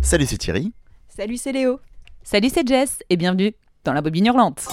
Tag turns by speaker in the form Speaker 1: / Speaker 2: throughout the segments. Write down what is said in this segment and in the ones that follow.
Speaker 1: Salut, c'est Thierry.
Speaker 2: Salut, c'est Léo.
Speaker 3: Salut, c'est Jess et bienvenue dans la bobine hurlante.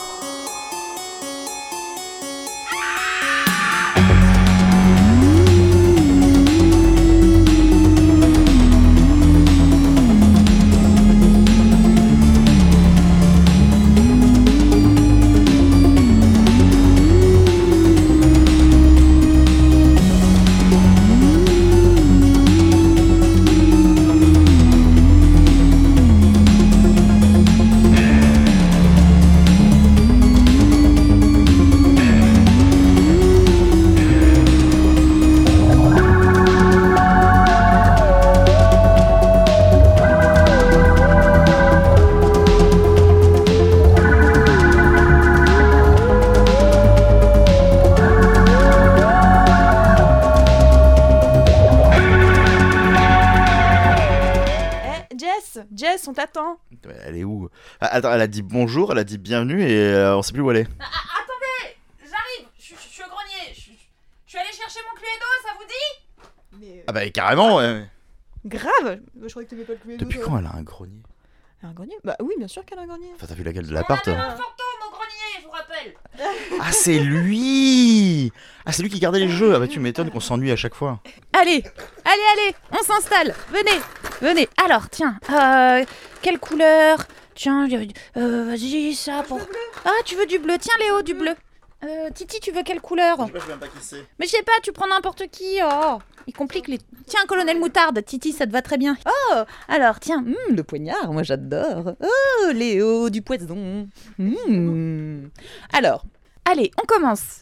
Speaker 2: Jess, on t'attend.
Speaker 1: Elle est où? Attends, elle a dit bonjour, elle a dit bienvenue et on sait plus où elle est.
Speaker 4: Attendez, j'arrive, je suis au grenier, je suis allé chercher mon Cluedo, ça vous dit?
Speaker 2: Mais
Speaker 1: Ah bah carrément, ouais.
Speaker 2: grave. Je croyais que t'aimais pas le Cluedo.
Speaker 1: Depuis quand elle a un grenier?
Speaker 2: Un grenier? Bah oui, bien sûr qu'elle a un grenier.
Speaker 1: Enfin, t'as vu laquelle de l'appart?
Speaker 4: Un fantôme au grenier, je vous rappelle.
Speaker 1: Ah, c'est lui! Ah, c'est lui qui gardait les jeux. Ah bah tu m'étonnes qu'on s'ennuie à chaque fois.
Speaker 3: Allez, on s'installe. Venez. Alors, tiens, quelle couleur? Tiens, vas-y, ça pour... Ah, tu veux du bleu? Tiens, Léo, du bleu. Titi, tu veux quelle couleur?
Speaker 1: Je sais même pas qui c'est.
Speaker 3: Mais je sais pas, tu prends n'importe qui. Oh, il complique les... Tiens, colonel Moutarde, Titi, ça te va très bien. Oh, alors, tiens, le poignard, moi j'adore. Oh, Léo, du poison. Alors, allez, on commence.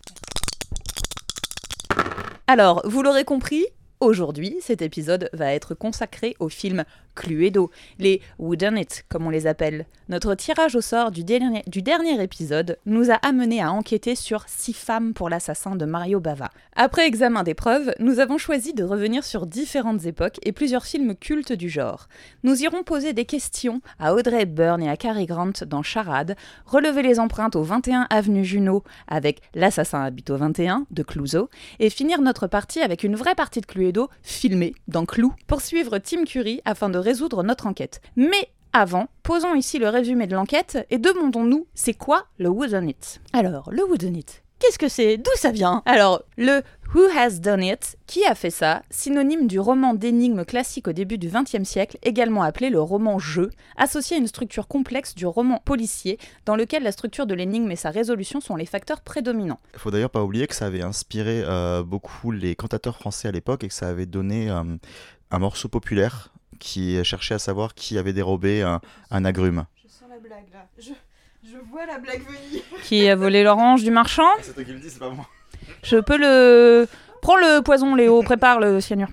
Speaker 3: Alors, vous l'aurez compris, aujourd'hui, cet épisode va être consacré au film Cluedo, les Whodunit, comme on les appelle. Notre tirage au sort du dernier épisode nous a amené à enquêter sur 6 femmes pour l'assassin de Mario Bava. Après examen des preuves, nous avons choisi de revenir sur différentes époques et plusieurs films cultes du genre. Nous irons poser des questions à Audrey Hepburn et à Cary Grant dans Charade, relever les empreintes au 21 avenue Junot avec L'assassin habite au 21 de Clouseau, et finir notre partie avec une vraie partie de Cluedo filmée dans Clou pour suivre Tim Curry afin de résoudre notre enquête. Mais avant, posons ici le résumé de l'enquête et demandons-nous, c'est quoi le Whodunit? Alors, le Whodunit, qu'est-ce que c'est? D'où ça vient? Alors, le Who Has Done It? Qui a fait ça? Synonyme du roman d'énigmes classique au début du XXe siècle, également appelé le roman-jeu, associé à une structure complexe du roman policier, dans lequel la structure de l'énigme et sa résolution sont les facteurs prédominants.
Speaker 1: Il faut d'ailleurs pas oublier que ça avait inspiré beaucoup les cantateurs français à l'époque et que ça avait donné un morceau populaire qui cherchait à savoir qui avait dérobé un agrume.
Speaker 2: Je sens la blague là. Je vois la blague venir.
Speaker 3: Qui a volé l'orange du marchand?
Speaker 1: C'est toi qui le dis, c'est pas moi.
Speaker 3: Je peux le... Prends le poison, Léo, prépare le cyanure.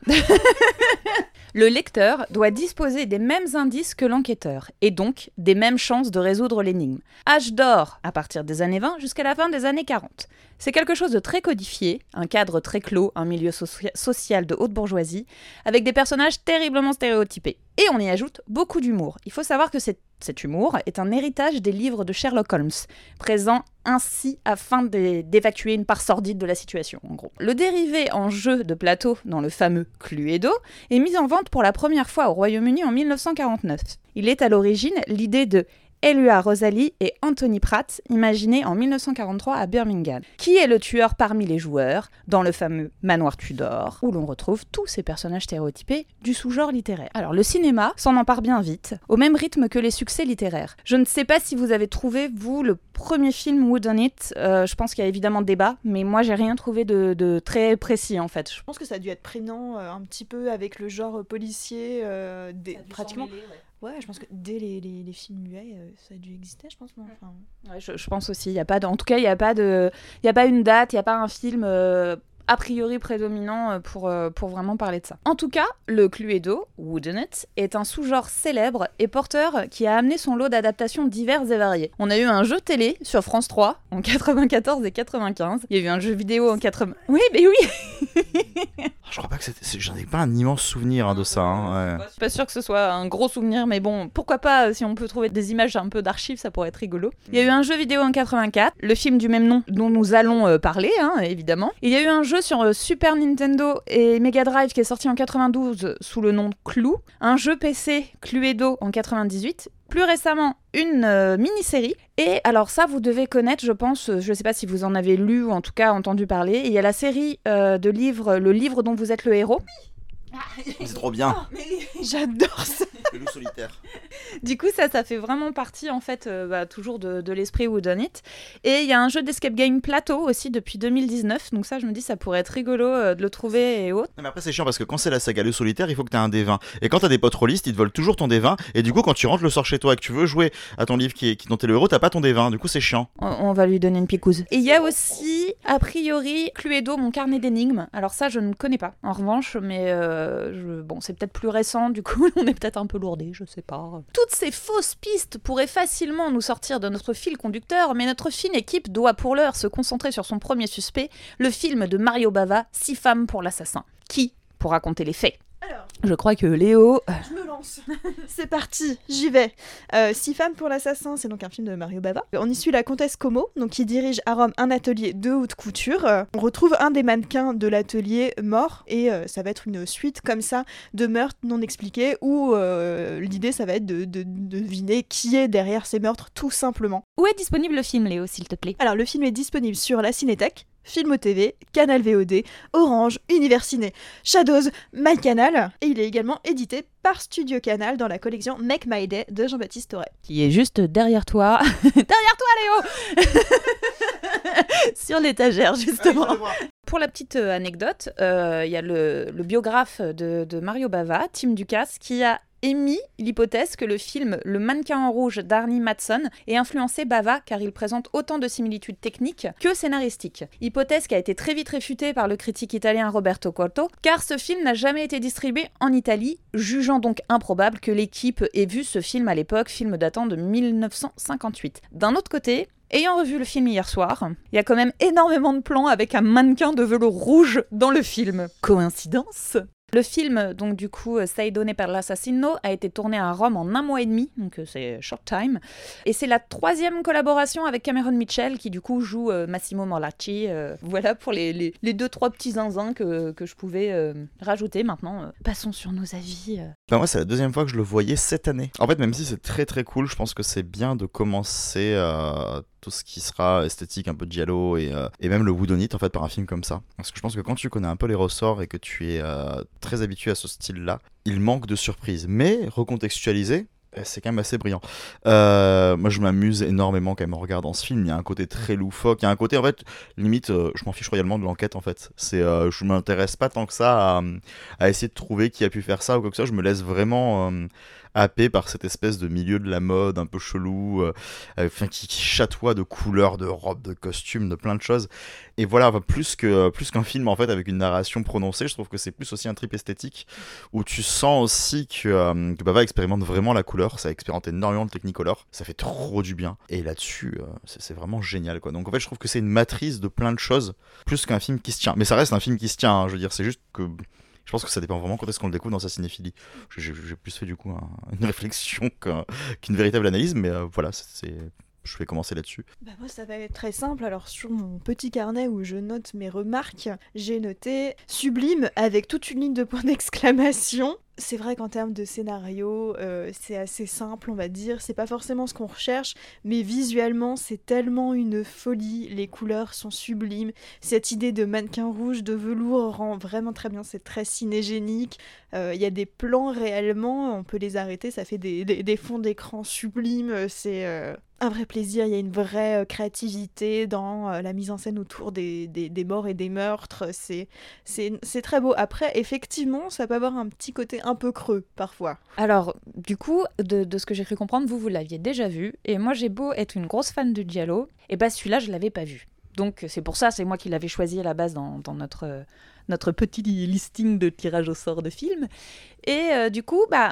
Speaker 3: Le lecteur doit disposer des mêmes indices que l'enquêteur, et donc des mêmes chances de résoudre l'énigme. Âge d'or à partir des années 20 jusqu'à la fin des années 40. C'est quelque chose de très codifié, un cadre très clos, un milieu social de haute bourgeoisie, avec des personnages terriblement stéréotypés. Et on y ajoute beaucoup d'humour. Il faut savoir que cet humour est un héritage des livres de Sherlock Holmes, présent ainsi afin d'évacuer une part sordide de la situation, en gros. Le dérivé en jeu de plateau dans le fameux Cluedo est mis en vente pour la première fois au Royaume-Uni en 1949. Il est à l'origine l'idée de Elua Rosalie et Anthony Pratt, imaginé en 1943 à Birmingham. Qui est le tueur parmi les joueurs dans le fameux manoir Tudor, où l'on retrouve tous ces personnages stéréotypés du sous-genre littéraire. Alors le cinéma s'en empare bien vite, au même rythme que les succès littéraires. Je ne sais pas si vous avez trouvé, vous, le premier film Whodunit. Je pense qu'il y a évidemment débat, mais moi j'ai rien trouvé de très précis en fait.
Speaker 2: Je pense que ça a dû être prégnant un petit peu avec le genre policier, pratiquement. Ouais, je pense que dès les films muets, ça a dû exister, je pense. Non enfin...
Speaker 3: Ouais, je pense aussi. En tout cas, il n'y a pas une date, il n'y a pas un film a priori prédominant pour vraiment parler de ça. En tout cas, le Cluedo, Whodunit, est un sous-genre célèbre et porteur qui a amené son lot d'adaptations diverses et variées. On a eu un jeu télé sur France 3 en 94 et 95. Il y a eu un jeu vidéo en 80... Oui, mais oui.
Speaker 1: Je crois pas que j'en ai pas un immense souvenir de ça. Ouais.
Speaker 3: Je suis pas sûre que ce soit un gros souvenir, mais bon, pourquoi pas, si on peut trouver des images un peu d'archives, ça pourrait être rigolo. Il y a eu un jeu vidéo en 84, le film du même nom dont nous allons parler, évidemment. Il y a eu un jeu sur Super Nintendo et Mega Drive qui est sorti en 92 sous le nom de Clue, un jeu PC Cluedo en 98. Plus récemment, une mini-série. Et alors ça, vous devez connaître, je pense, je ne sais pas si vous en avez lu ou en tout cas entendu parler. Il y a la série de livres, le livre dont vous êtes le héros.
Speaker 1: C'est trop bien.
Speaker 2: J'adore ça.
Speaker 1: Le loup solitaire.
Speaker 3: Du coup, ça fait vraiment partie, en fait, toujours de l'esprit whodunit. Et il y a un jeu d'escape game plateau aussi depuis 2019. Donc ça, je me dis, ça pourrait être rigolo de le trouver et autres.
Speaker 1: Mais après, c'est chiant parce que quand c'est la saga loup solitaire, il faut que tu aies un D20. Et quand tu as des potes rôlistes, ils te volent toujours ton D20. Et du coup, quand tu rentres le soir chez toi et que tu veux jouer à ton livre dont t'es le héros, t'as pas ton D20. Du coup, c'est chiant.
Speaker 3: On va lui donner une picouse. Et il y a aussi, a priori, Cluedo, mon carnet d'énigmes. Alors ça, je ne connais pas. En revanche, mais bon, c'est peut-être plus récent. Du coup, on est peut-être un peu lourdé, je sais pas. Toutes ces fausses pistes pourraient facilement nous sortir de notre fil conducteur, mais notre fine équipe doit pour l'heure se concentrer sur son premier suspect, le film de Mario Bava, 6 femmes pour l'assassin. Qui pour raconter les faits?
Speaker 2: Alors,
Speaker 3: je crois que Léo...
Speaker 2: je me lance. C'est parti, j'y vais. 6 femmes pour l'assassin, c'est donc un film de Mario Bava. On y suit la comtesse Como, donc qui dirige à Rome un atelier de haute couture. On retrouve un des mannequins de l'atelier mort, et ça va être une suite comme ça de meurtres non expliqués, où l'idée ça va être de deviner qui est derrière ces meurtres, tout simplement.
Speaker 3: Où est disponible le film, Léo, s'il te plaît?
Speaker 2: Alors le film est disponible sur la Cinétech, Filmo TV, Canal VOD, Orange, Univers Ciné, Shadows, MyCanal, et il est également édité par Studio Canal dans la collection Make My Day de Jean-Baptiste Aurey.
Speaker 3: Qui est juste derrière toi. Derrière toi, Léo. Sur l'étagère, justement. Pour la petite anecdote, il y a le biographe de Mario Bava, Tim Ducasse, qui a émis l'hypothèse que le film Le mannequin en rouge d'Arnie Matson ait influencé Bava car il présente autant de similitudes techniques que scénaristiques. Hypothèse qui a été très vite réfutée par le critique italien Roberto Cotto car ce film n'a jamais été distribué en Italie, jugeant donc improbable que l'équipe ait vu ce film à l'époque, film datant de 1958. D'un autre côté, ayant revu le film hier soir, il y a quand même énormément de plans avec un mannequin de velours rouge dans le film. Coïncidence ? Le film, donc du coup, Sei donné per l'assassino, a été tourné à Rome en 1 mois et demi, donc c'est short time. Et c'est la 3e collaboration avec Cameron Mitchell, qui du coup joue Massimo Morlacci. Voilà pour les 2-3 petits zinzins que je pouvais rajouter. Maintenant, passons sur nos avis.
Speaker 1: Moi, c'est la 2e fois que je le voyais cette année. En fait, même si c'est très très cool, je pense que c'est bien de commencer tout ce qui sera esthétique, un peu de giallo et même le whodunit en fait par un film comme ça. Parce que je pense que quand tu connais un peu les ressorts et que tu es très habitué à ce style-là, il manque de surprises. Mais recontextualisé, c'est quand même assez brillant. Moi je m'amuse énormément quand même en regardant ce film. Il y a un côté très loufoque, il y a un côté en fait limite je m'en fiche royalement de l'enquête en fait. Je m'intéresse pas tant que ça à essayer de trouver qui a pu faire ça ou quoi que ce soit. Je me laisse vraiment happé par cette espèce de milieu de la mode un peu chelou, qui chatoie de couleurs, de robes, de costumes, de plein de choses. Et voilà, plus qu'un film en fait avec une narration prononcée, je trouve que c'est plus aussi un trip esthétique où tu sens aussi que Bava expérimente vraiment la couleur. Ça expérimente énormément le Technicolor, ça fait trop du bien. Et là-dessus, c'est vraiment génial quoi. Donc en fait, je trouve que c'est une matrice de plein de choses, plus qu'un film qui se tient. Mais ça reste un film qui se tient. Je veux dire, c'est juste que je pense que ça dépend vraiment quand est-ce qu'on le découvre dans sa cinéphilie. J'ai plus fait du coup une réflexion qu'une véritable analyse, mais voilà, je vais commencer là-dessus.
Speaker 2: Moi, ça va être très simple. Alors, sur mon petit carnet où je note mes remarques, j'ai noté « sublime » avec toute une ligne de points d'exclamation. C'est vrai qu'en termes de scénario, c'est assez simple, on va dire. C'est pas forcément ce qu'on recherche, mais visuellement, c'est tellement une folie. Les couleurs sont sublimes. Cette idée de mannequin rouge, de velours, rend vraiment très bien. C'est très cinégénique. Il y a des plans réellement, on peut les arrêter. Ça fait des fonds d'écran sublimes. C'est un vrai plaisir. Il y a une vraie créativité dans la mise en scène autour des morts et des meurtres. C'est très beau. Après, effectivement, ça peut avoir un petit côté un peu creux parfois.
Speaker 3: Alors, du coup, de ce que j'ai cru comprendre, vous l'aviez déjà vu, et moi j'ai beau être une grosse fan de giallo, et celui-là je l'avais pas vu. Donc c'est pour ça, c'est moi qui l'avais choisi à la base dans notre petit listing de tirage au sort de films. Et du coup,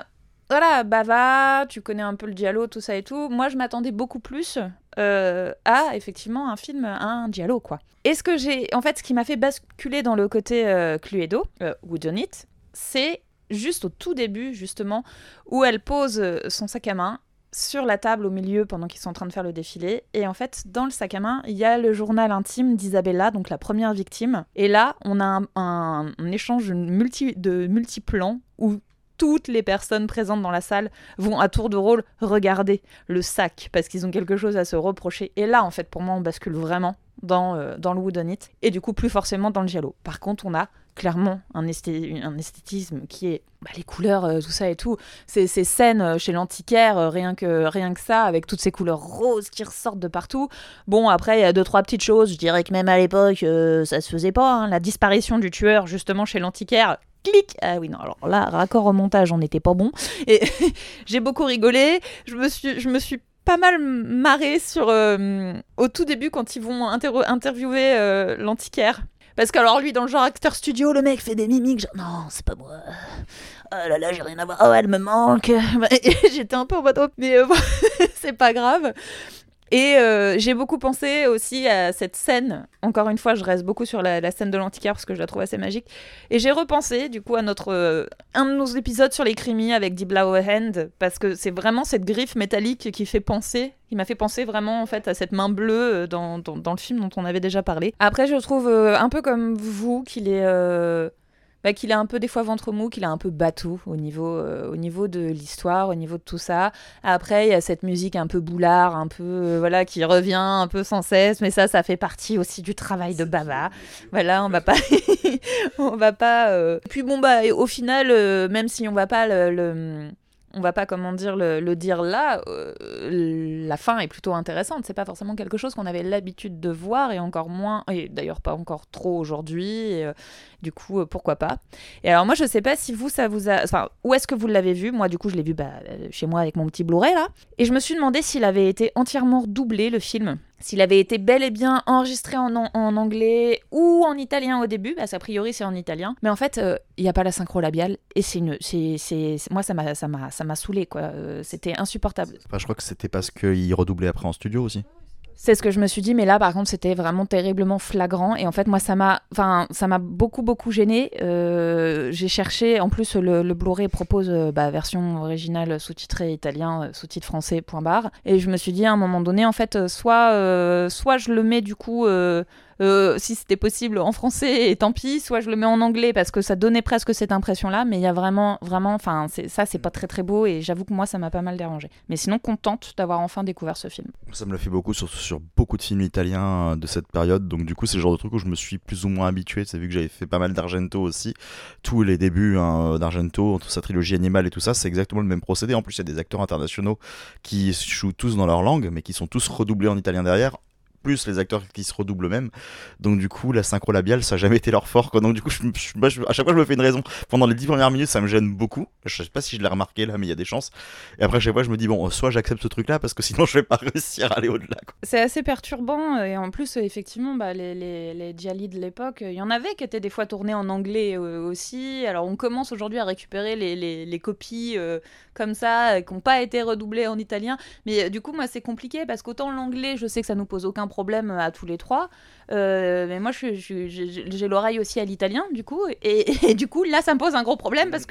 Speaker 3: voilà, Bava, tu connais un peu le giallo, tout ça et tout. Moi, je m'attendais beaucoup plus à, effectivement, un film, un giallo, quoi. Et ce qui m'a fait basculer dans le côté Cluedo, Whodunit, c'est juste au tout début, justement, où elle pose son sac à main sur la table au milieu pendant qu'ils sont en train de faire le défilé. Et en fait, dans le sac à main, il y a le journal intime d'Isabella, donc la première victime. Et là, on a un échange de multiplans où toutes les personnes présentes dans la salle vont à tour de rôle regarder le sac parce qu'ils ont quelque chose à se reprocher. Et là, en fait, pour moi, on bascule vraiment dans le Whodunit et du coup plus forcément dans le giallo. Par contre, on a clairement un esthétisme qui est les couleurs, tout ça et tout. Ces scènes chez l'antiquaire, rien que ça, avec toutes ces couleurs roses qui ressortent de partout. Bon, après, il y a 2-3 petites choses. Je dirais que même à l'époque, ça se faisait pas. Hein. La disparition du tueur, justement, chez l'antiquaire, clic. Ah oui, non, alors là, raccord au montage, on n'était pas bon. Et j'ai beaucoup rigolé. Je me suis pas mal marrée sur au tout début quand ils vont interviewer l'antiquaire. Parce que alors lui, dans le genre acteur studio, le mec fait des mimiques genre non, c'est pas moi. Oh là là, j'ai rien à voir. Oh, elle me manque. Et j'étais un peu en mode mais c'est pas grave. Et j'ai beaucoup pensé aussi à cette scène. Encore une fois, je reste beaucoup sur la scène de l'antiquaire parce que je la trouve assez magique. Et j'ai repensé du coup à un de nos épisodes sur les crimis avec Die Blaue Hand parce que c'est vraiment cette griffe métallique qui m'a fait penser vraiment en fait à cette main bleue dans le film dont on avait déjà parlé. Après, je trouve un peu comme vous qu'il est un peu des fois ventre mou, qu'il est un peu bateau au niveau de l'histoire, au niveau de tout ça. Après, il y a cette musique un peu boulard, un peu qui revient un peu sans cesse, mais ça fait partie aussi du travail de Bava. Voilà, on va pas Puis bon au final, même si on va pas on va pas le dire là, la fin est plutôt intéressante. C'est pas forcément quelque chose qu'on avait l'habitude de voir et encore moins, et d'ailleurs pas encore trop aujourd'hui. Et, du coup, pourquoi pas. Et alors moi, je sais pas si ça vous a... Enfin, où est-ce que vous l'avez vu ? Moi, du coup, je l'ai vu chez moi avec mon petit Blu-ray là. Et je me suis demandé s'il avait été entièrement doublé le film. S'il avait été bel et bien enregistré en anglais ou en italien au début, a priori c'est en italien, mais en fait il n'y a pas la synchro labiale et moi ça m'a saoulé quoi, c'était insupportable.
Speaker 1: Enfin, je crois que c'était parce qu'il redoublait après en studio aussi.
Speaker 3: C'est ce que je me suis dit, mais là par contre c'était vraiment terriblement flagrant et en fait moi ça m'a beaucoup gênée. J'ai cherché, en plus le Blu-ray propose version originale sous-titrée italien, sous-titre français, .bar, et je me suis dit à un moment donné en fait soit je le mets du coup si c'était possible en français et tant pis, soit je le mets en anglais parce que ça donnait presque cette impression là, mais il y a vraiment c'est pas très très beau et j'avoue que moi ça m'a pas mal dérangé, mais sinon contente d'avoir enfin découvert ce film.
Speaker 1: Ça me l'a fait beaucoup sur beaucoup de films italiens de cette période, donc du coup c'est le genre de truc où je me suis plus ou moins habitué. C'est vu que j'avais fait pas mal d'Argento aussi, tous les débuts d'Argento, entre sa trilogie animale et tout ça, c'est exactement le même procédé. En plus il y a des acteurs internationaux qui jouent tous dans leur langue mais qui sont tous redoublés en italien derrière, plus les acteurs qui se redoublent eux-mêmes. Donc du coup la synchro labiale ça n'a jamais été leur fort quoi. Donc du coup à chaque fois je me fais une raison. Pendant les 10 premières minutes ça me gêne beaucoup, je sais pas si je l'ai remarqué là mais il y a des chances, et après à chaque fois je me dis bon, soit j'accepte ce truc là parce que sinon je vais pas réussir à aller au-delà quoi.
Speaker 3: C'est assez perturbant et en plus effectivement les gialli de l'époque, il y en avait qui étaient des fois tournés en anglais aussi. Alors on commence aujourd'hui à récupérer les copies comme ça qui n'ont pas été redoublées en italien, mais du coup moi c'est compliqué parce qu'autant l'anglais je sais que ça nous pose aucun problème à tous les trois, mais moi j'ai l'oreille aussi à l'italien du coup, et du coup là ça me pose un gros problème parce que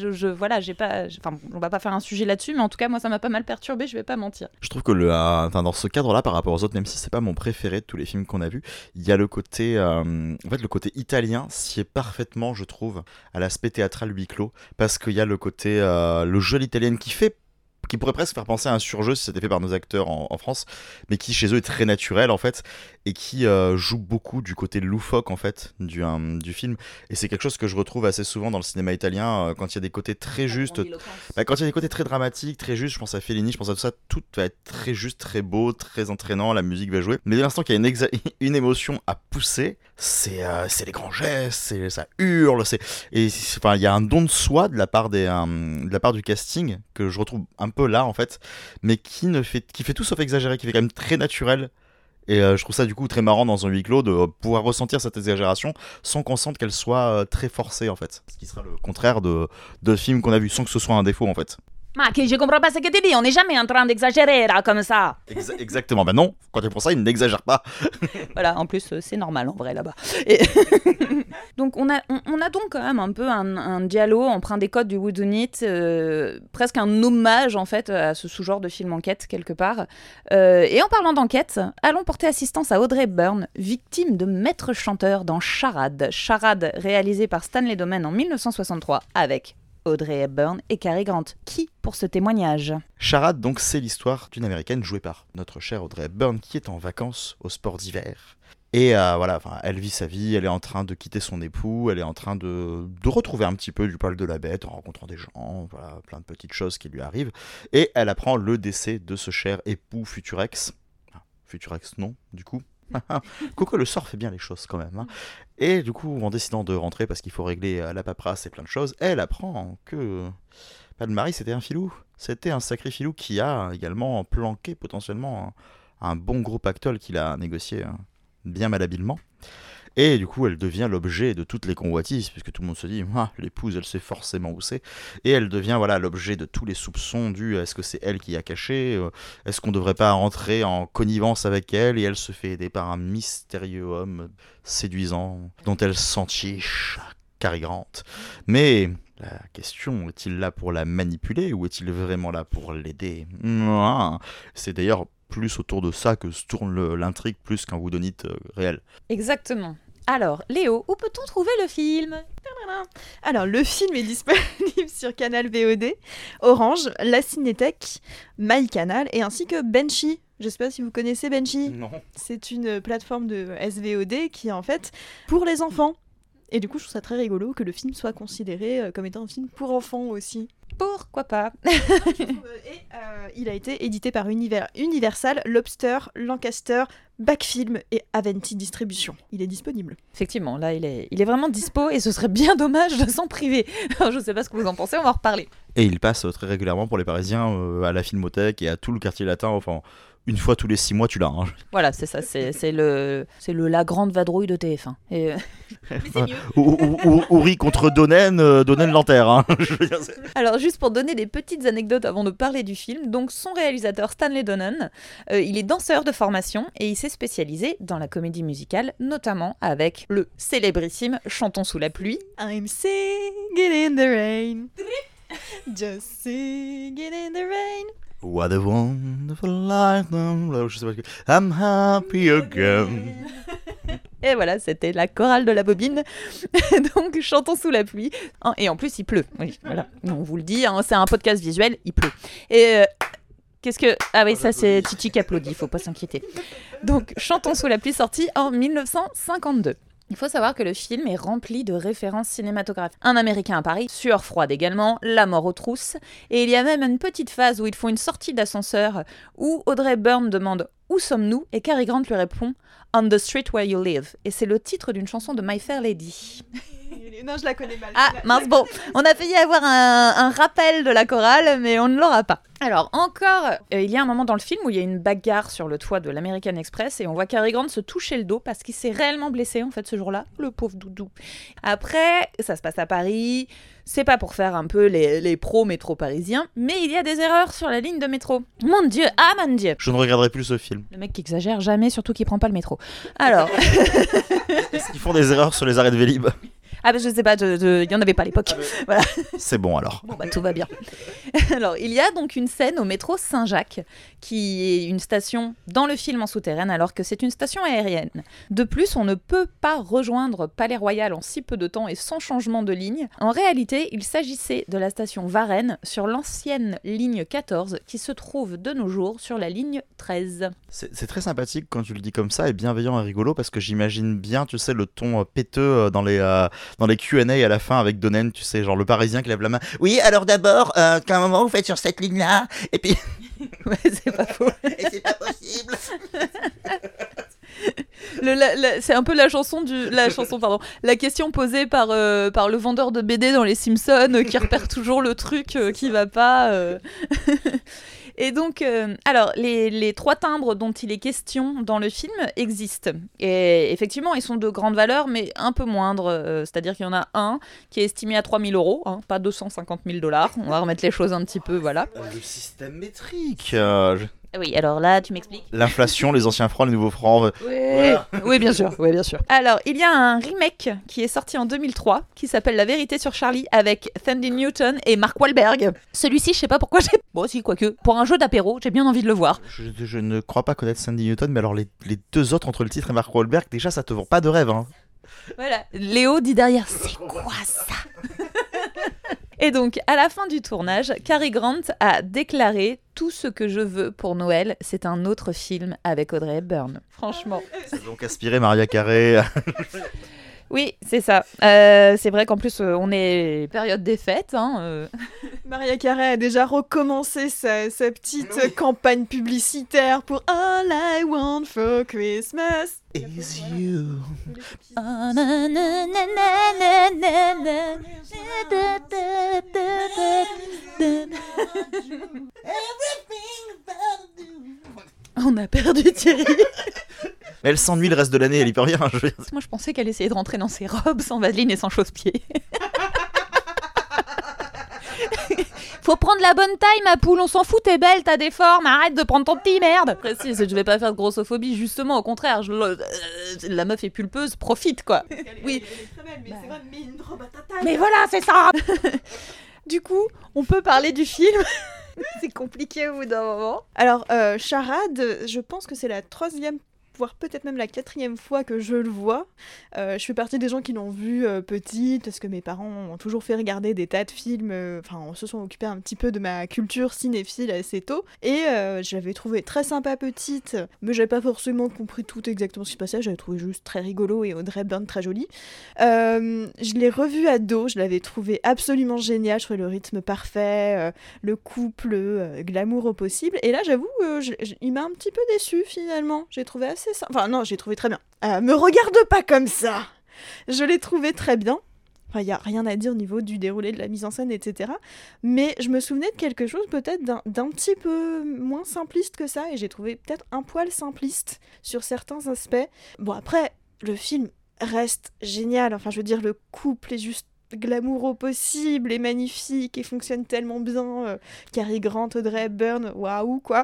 Speaker 3: on va pas faire un sujet là-dessus, mais en tout cas moi ça m'a pas mal perturbé, je vais pas mentir.
Speaker 1: Je trouve que dans ce cadre-là par rapport aux autres, même si c'est pas mon préféré de tous les films qu'on a vus, il y a le côté le côté italien s'y est parfaitement, je trouve, à l'aspect théâtral huis clos, parce qu'il y a le côté le jeu à l'italienne qui pourrait presque faire penser à un surjeu si c'était fait par nos acteurs en France, mais qui chez eux est très naturel en fait, et qui joue beaucoup du côté loufoque en fait du film. Et c'est quelque chose que je retrouve assez souvent dans le cinéma italien, quand il y a des côtés très justes, quand il y a des côtés très dramatiques, très justes, je pense à Fellini, je pense à tout ça, tout va être très juste, très beau, très entraînant, la musique va jouer. Mais dès l'instant qu'il y a une émotion à pousser, c'est les grands gestes, ça hurle, il y a un don de soi de la part du casting que je retrouve un peu là en fait, mais qui fait tout sauf exagérer, qui fait quand même très naturel. Et je trouve ça du coup très marrant dans un huis clos de pouvoir ressentir cette exagération sans qu'on sente qu'elle soit très forcée en fait. Ce qui sera le contraire de films qu'on a vus, sans que ce soit un défaut en fait.
Speaker 3: Ma che je comprends pas ce que tu dis, on n'est jamais en train d'exagérer là comme ça.
Speaker 1: Exactement, bah non, quand il pour ça, il n'exagère pas.
Speaker 3: Voilà, en plus c'est normal en vrai là-bas. Et donc on a donc quand même un peu un dialogue empreint des codes du whodunit, presque un hommage en fait à ce sous-genre de film enquête quelque part. Et en parlant d'enquête, allons porter assistance à Audrey Hepburn, victime de maître chanteur dans Charade, réalisé par Stanley Donen en 1963 avec Audrey Hepburn et Cary Grant. Qui pour ce témoignage?
Speaker 1: Charade, donc, c'est l'histoire d'une américaine jouée par notre chère Audrey Hepburn qui est en vacances au sport d'hiver. Et voilà, elle vit sa vie, elle est en train de quitter son époux, elle est en train de retrouver un petit peu du poil de la bête en rencontrant des gens, voilà, plein de petites choses qui lui arrivent. Et elle apprend le décès de ce cher époux Futurex. Futurex non, du coup. Coco le sort fait bien les choses quand même. Hein. Et du coup, en décidant de rentrer parce qu'il faut régler la paperasse et plein de choses, elle apprend que pas de mari, c'était un filou. C'était un sacré filou qui a également planqué potentiellement un bon gros pactole qu'il a négocié bien malhabilement. Et du coup, elle devient l'objet de toutes les convoitises, puisque tout le monde se dit, l'épouse, elle sait forcément où c'est. Et elle devient l'objet de tous les soupçons du est-ce que c'est elle qui a caché, est-ce qu'on ne devrait pas rentrer en connivence avec elle, et elle se fait aider par un mystérieux homme séduisant, dont elle s'entiche, Cary Grant. Mais la question, est-il là pour la manipuler, ou est-il vraiment là pour l'aider? C'est d'ailleurs plus autour de ça que se tourne l'intrigue, plus qu'un whodunit réel.
Speaker 3: Exactement. Alors, Léo, où peut-on trouver le film?
Speaker 2: Alors, le film est disponible sur Canal VOD, Orange, la Cinétech, MyCanal et ainsi que Benchy. Je ne sais pas si vous connaissez Benchy.
Speaker 1: Non.
Speaker 2: C'est une plateforme de SVOD qui est en fait pour les enfants. Et du coup, je trouve ça très rigolo que le film soit considéré comme étant un film pour enfants aussi.
Speaker 3: Pourquoi pas?
Speaker 2: Il a été édité par Universal, Lobster, Lancaster, Backfilm et Avanti Distribution. Il est disponible.
Speaker 3: Effectivement, là, il est vraiment dispo et ce serait bien dommage de s'en priver. Alors, je sais pas ce que vous en pensez, on va en reparler.
Speaker 1: Et il passe très régulièrement pour les Parisiens à la Filmothèque et à tout le quartier latin, enfin... Une fois tous les 6 mois, tu l'as. Hein.
Speaker 3: Voilà, c'est ça, c'est la grande vadrouille de TF1. Et
Speaker 2: Mais c'est mieux.
Speaker 1: Ouri contre Donen, Donen l'enterre. Hein.
Speaker 3: Alors, juste pour donner des petites anecdotes avant de parler du film, donc son réalisateur Stanley Donen, il est danseur de formation et il s'est spécialisé dans la comédie musicale, notamment avec le célébrissime Chantons sous la pluie.
Speaker 2: I'm singing in the rain, just singing in the rain.
Speaker 1: What a wonderful life, je sais pas, I'm happy again.
Speaker 3: Et voilà, c'était la chorale de la bobine. Donc, Chantons sous la pluie. Et en plus, il pleut. Oui, voilà. On vous le dit, hein, c'est un podcast visuel, il pleut. Et qu'est-ce que... Ah oui, ça c'est Titi qui applaudit, faut pas s'inquiéter. Donc, Chantons sous la pluie, sorti en 1952. Il faut savoir que le film est rempli de références cinématographiques. Un Américain à Paris, sueur froide également, la mort aux trousses, et il y a même une petite phase où ils font une sortie d'ascenseur où Audrey Hepburn demande « Où sommes-nous ?» et Cary Grant lui répond « On the street where you live ». Et c'est le titre d'une chanson de My Fair Lady.
Speaker 2: Non, je la connais mal.
Speaker 3: Ah, mince, bon, on a failli avoir un rappel de la chorale, mais on ne l'aura pas. Alors, encore, il y a un moment dans le film où il y a une bagarre sur le toit de l'American Express et on voit Cary Grant se toucher le dos parce qu'il s'est réellement blessé, en fait, ce jour-là, le pauvre doudou. Après, ça se passe à Paris, c'est pas pour faire un peu les pros métro parisiens, mais il y a des erreurs sur la ligne de métro. Mon Dieu, ah mon Dieu!
Speaker 1: Je ne regarderai plus ce film.
Speaker 3: Le mec qui exagère jamais, surtout qu'il prend pas le métro. Alors...
Speaker 1: Est-ce qu'ils font des erreurs sur les arrêts de Vélib?
Speaker 3: Ah ben je sais pas, il y en avait pas à l'époque. Voilà.
Speaker 1: C'est bon alors.
Speaker 3: Bon bah tout va bien. Alors il y a donc une scène au métro Saint-Jacques qui est une station dans le film en souterraine alors que c'est une station aérienne. De plus, on ne peut pas rejoindre Palais Royal en si peu de temps et sans changement de ligne. En réalité, il s'agissait de la station Varennes sur l'ancienne ligne 14 qui se trouve de nos jours sur la ligne 13.
Speaker 1: C'est très sympathique quand tu le dis comme ça et bienveillant et rigolo parce que j'imagine bien, tu sais, le ton péteux dans les Q&A à la fin avec Donen, tu sais, genre le Parisien qui lève la main. Oui, alors d'abord, qu'à un moment vous faites sur cette ligne-là, et puis...
Speaker 3: Ouais, c'est pas faux.
Speaker 1: Et c'est pas possible.
Speaker 3: C'est un peu la question posée par le vendeur de BD dans Les Simpsons qui repère toujours le truc qui va pas. Et donc, alors, les 3 timbres dont il est question dans le film existent. Et effectivement, ils sont de grande valeur, mais un peu moindres. C'est-à-dire qu'il y en a un qui est estimé à 3 000 €, hein, pas 250 000 $. On va remettre les choses un petit peu, voilà.
Speaker 1: Le système métrique.
Speaker 3: Oui, alors là, tu m'expliques.
Speaker 1: L'inflation, les anciens francs, les nouveaux francs.
Speaker 3: Oui, bien sûr. Oui, bien sûr. Alors, il y a un remake qui est sorti en 2003 qui s'appelle La vérité sur Charlie avec Thandie Newton et Mark Wahlberg. Celui-ci, je sais pas pourquoi j'ai... Bon, si, quoique. Pour un jeu d'apéro, j'ai bien envie de le voir.
Speaker 1: Je ne crois pas connaître Thandie Newton, mais alors les 2 autres entre le titre et Mark Wahlberg, déjà ça te vend pas de rêve. Hein.
Speaker 3: Voilà. Léo dit derrière, c'est quoi ça? Et donc, à la fin du tournage, Cary Grant a déclaré « Tout ce que je veux pour Noël, c'est un autre film avec Audrey Hepburn. » Franchement.
Speaker 1: C'est donc aspiré Maria Carey.
Speaker 3: Oui, c'est ça. C'est vrai qu'en plus, on est période des fêtes. Hein,
Speaker 2: Maria Carey a déjà recommencé sa petite campagne publicitaire pour All I Want for Christmas.
Speaker 1: Is you.
Speaker 3: On a perdu Thierry.
Speaker 1: Mais elle s'ennuie le reste de l'année, elle y peut rien.
Speaker 3: Moi, je pensais qu'elle essayait de rentrer dans ses robes sans vaseline et sans chausse-pied. Faut prendre la bonne taille, ma poule, on s'en fout, t'es belle, t'as des formes, arrête de prendre ton petit merde. Précis, je vais pas faire de grossophobie, justement, au contraire, la meuf est pulpeuse, profite, quoi. Oui.
Speaker 2: Elle est très belle, mais c'est vrai, mais une robe à ta taille.
Speaker 3: Mais voilà, c'est ça. Du coup, on peut parler du film. C'est compliqué au bout d'un moment.
Speaker 2: Alors, Charade, je pense que c'est la 3e, voire peut-être même la 4e fois que je le vois. Je fais partie des gens qui l'ont vu petite, parce que mes parents ont toujours fait regarder des tas de films, se sont occupés un petit peu de ma culture cinéphile assez tôt, et je l'avais trouvé très sympa petite, mais j'avais pas forcément compris tout exactement ce qui se passait, j'avais trouvé juste très rigolo et Audrey Hepburn très jolie. Je l'ai revu ado, je l'avais trouvé absolument génial, je trouvais le rythme parfait, le couple glamour au possible, et là j'avoue, il m'a un petit peu déçu finalement, j'ai trouvé assez... Enfin non, j'ai trouvé très bien. Me regarde pas comme ça. Je l'ai trouvé très bien. Enfin, il n'y a rien à dire au niveau du déroulé, de la mise en scène, etc. Mais je me souvenais de quelque chose peut-être d'un petit peu moins simpliste que ça, et j'ai trouvé peut-être un poil simpliste sur certains aspects. Bon, après, le film reste génial. Enfin, je veux dire, le couple est juste glamour au possible, est magnifique et fonctionne tellement bien. Cary Grant, Audrey Hepburn, waouh, quoi.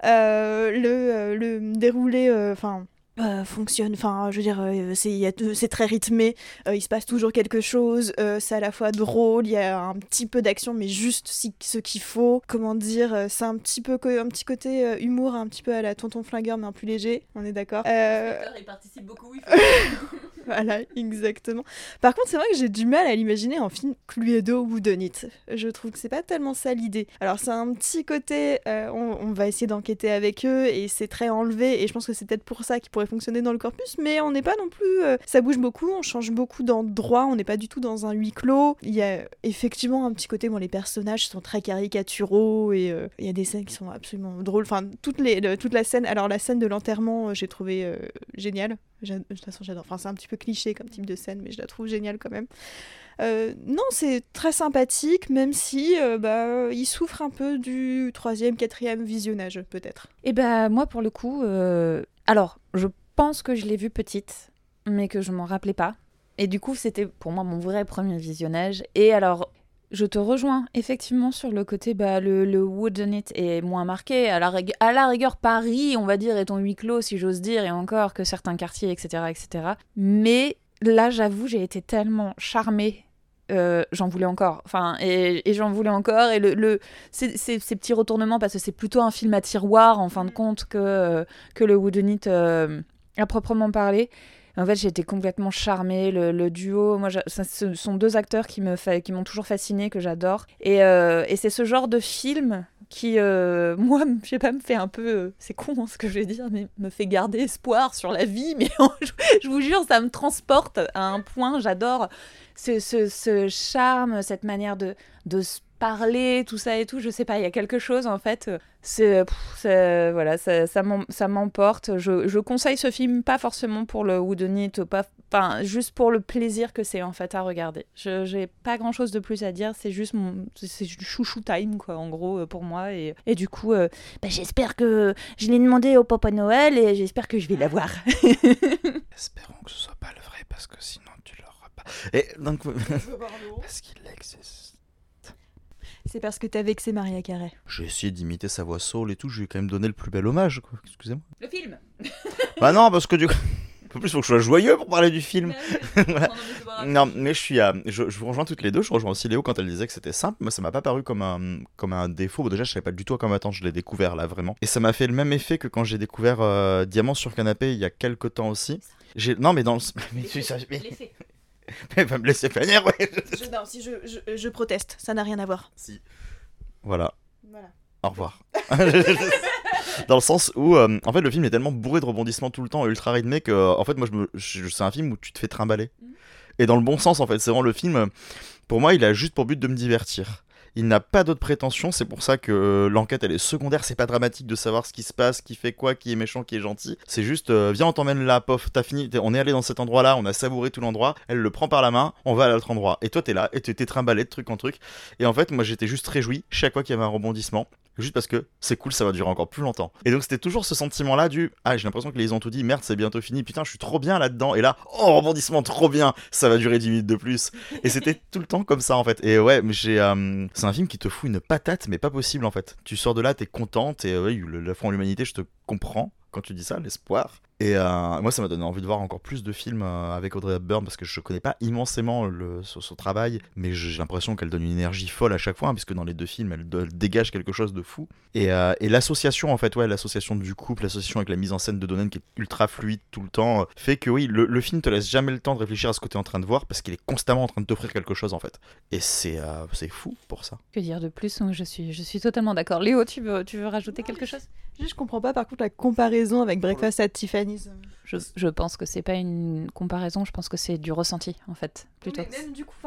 Speaker 2: Le déroulé, fonctionne, enfin je veux dire c'est très rythmé, il se passe toujours quelque chose, c'est à la fois drôle, il y a un petit peu d'action mais juste ce qu'il faut, comment dire, c'est un petit côté humour un petit peu à la Tonton Flingueur mais un plus léger, on est d'accord.
Speaker 3: Il participe beaucoup, oui.
Speaker 2: Voilà, exactement. Par contre, c'est vrai que j'ai du mal à l'imaginer en film Cluedo ou Donit. Je trouve que c'est pas tellement ça l'idée. Alors, c'est un petit côté, on va essayer d'enquêter avec eux et c'est très enlevé et je pense que c'est peut-être pour ça qu'il pourrait fonctionner dans le corpus, mais on n'est pas non plus... ça bouge beaucoup, on change beaucoup d'endroits, on n'est pas du tout dans un huis clos. Il y a effectivement un petit côté, les personnages sont très caricaturaux et il y a des scènes qui sont absolument drôles. Enfin, toute la scène... Alors, la scène de l'enterrement, j'ai trouvé géniale. De toute façon, j'adore. Enfin, c'est un petit peu cliché comme type de scène, mais je la trouve géniale quand même. Non, c'est très sympathique, même si il souffre un peu du 3e, 4e visionnage, peut-être.
Speaker 3: Et moi, pour le coup... Alors, je pense que je l'ai vu petite, mais que je m'en rappelais pas. Et du coup, c'était pour moi mon vrai premier visionnage. Et alors... Je te rejoins effectivement sur le côté, le whodunit est moins marqué. À la rigueur, Paris, on va dire, est en huis clos, si j'ose dire, et encore que certains quartiers, etc., etc. Mais là, j'avoue, j'ai été tellement charmée. J'en voulais encore. Enfin, et j'en voulais encore. Et ces petits retournements, parce que c'est plutôt un film à tiroir, en fin de compte, que le whodunit à proprement parler. En fait, j'ai été complètement charmée. Le duo, moi, ce sont 2 acteurs qui m'ont toujours fascinée, que j'adore. Et c'est ce genre de film qui, moi, je sais pas, me fait un peu... c'est con ce que je vais dire, mais me fait garder espoir sur la vie. Mais je vous jure, ça me transporte à un point. J'adore ce charme, cette manière de se parler, tout ça et tout, je sais pas, il y a quelque chose en fait, voilà, ça m'emporte. Je conseille ce film pas forcément pour le whodunit, enfin juste pour le plaisir que c'est en fait à regarder. J'ai pas grand chose de plus à dire, c'est juste c'est du chouchou time quoi en gros pour moi et du coup j'espère que je l'ai demandé au Papa Noël et j'espère que je vais l'avoir.
Speaker 1: Espérons que ce soit pas le vrai parce que sinon tu l'auras pas. Et donc parce qu'il existe.
Speaker 2: C'est parce que t'as vexé Maria Carey.
Speaker 1: J'ai essayé d'imiter sa voix soul et tout, je lui ai quand même donné le plus bel hommage, quoi. Excusez-moi.
Speaker 3: Le film.
Speaker 1: Bah non, parce que du coup, un peu plus, faut que je sois joyeux pour parler du film. Voilà. Non, mais je vous rejoins toutes les deux. Je rejoins aussi Léo quand elle disait que c'était simple. Moi, ça m'a pas paru comme un défaut. Bon, déjà, je savais pas du tout à quoi m'attendre. Je l'ai découvert là, vraiment. Et ça m'a fait le même effet que quand j'ai découvert Diamant sur canapé il y a quelques temps aussi. Non, mais dans le. Mais va me laisser finir, ouais.
Speaker 2: Non, si je proteste, ça n'a rien à voir.
Speaker 1: Si. Voilà. Au revoir. Dans le sens où, en fait, le film est tellement bourré de rebondissements tout le temps et ultra rythmé que, en fait, moi, c'est un film où tu te fais trimballer. Et dans le bon sens, en fait, c'est vraiment le film. Pour moi, il a juste pour but de me divertir. Il n'a pas d'autres prétentions, c'est pour ça que l'enquête elle est secondaire, c'est pas dramatique de savoir ce qui se passe, qui fait quoi, qui est méchant, qui est gentil. C'est juste, viens on t'emmène là, pof, t'as fini, on est allé dans cet endroit là, on a savouré tout l'endroit, elle le prend par la main, on va à l'autre endroit. Et toi t'es là, et t'es trimballé de truc en truc. Et en fait moi j'étais juste réjoui chaque fois qu'il y avait un rebondissement. Juste parce que c'est cool, ça va durer encore plus longtemps. Et donc c'était toujours ce sentiment-là du « Ah, j'ai l'impression que les ont tout dit, merde, c'est bientôt fini, putain, je suis trop bien là-dedans. » Et là, « Oh, rebondissement, trop bien, ça va durer 10 minutes de plus. » Et c'était tout le temps comme ça, en fait. Et ouais, mais c'est un film qui te fout une patate, mais pas possible, en fait. Tu sors de là, t'es contente, et ouais, la foi en l'humanité, je te comprends quand tu dis ça, l'espoir. Et moi, ça m'a donné envie de voir encore plus de films avec Audrey Hepburn parce que je connais pas immensément son travail, mais j'ai l'impression qu'elle donne une énergie folle à chaque fois, hein, puisque dans les deux films, elle dégage quelque chose de fou. Et l'association, en fait, ouais, l'association du couple, l'association avec la mise en scène de Donen qui est ultra fluide tout le temps, fait que oui, le film te laisse jamais le temps de réfléchir à ce que t'es en train de voir parce qu'il est constamment en train de t'offrir quelque chose, en fait. Et c'est fou pour ça.
Speaker 3: Que dire de plus? Je suis totalement d'accord. Léo, tu veux rajouter quelque chose?
Speaker 2: Je comprends pas par contre la comparaison avec Breakfast at Tiffany's.
Speaker 3: Je pense que c'est pas une comparaison, je pense que c'est du ressenti en fait, plutôt.
Speaker 2: Mais même du coup,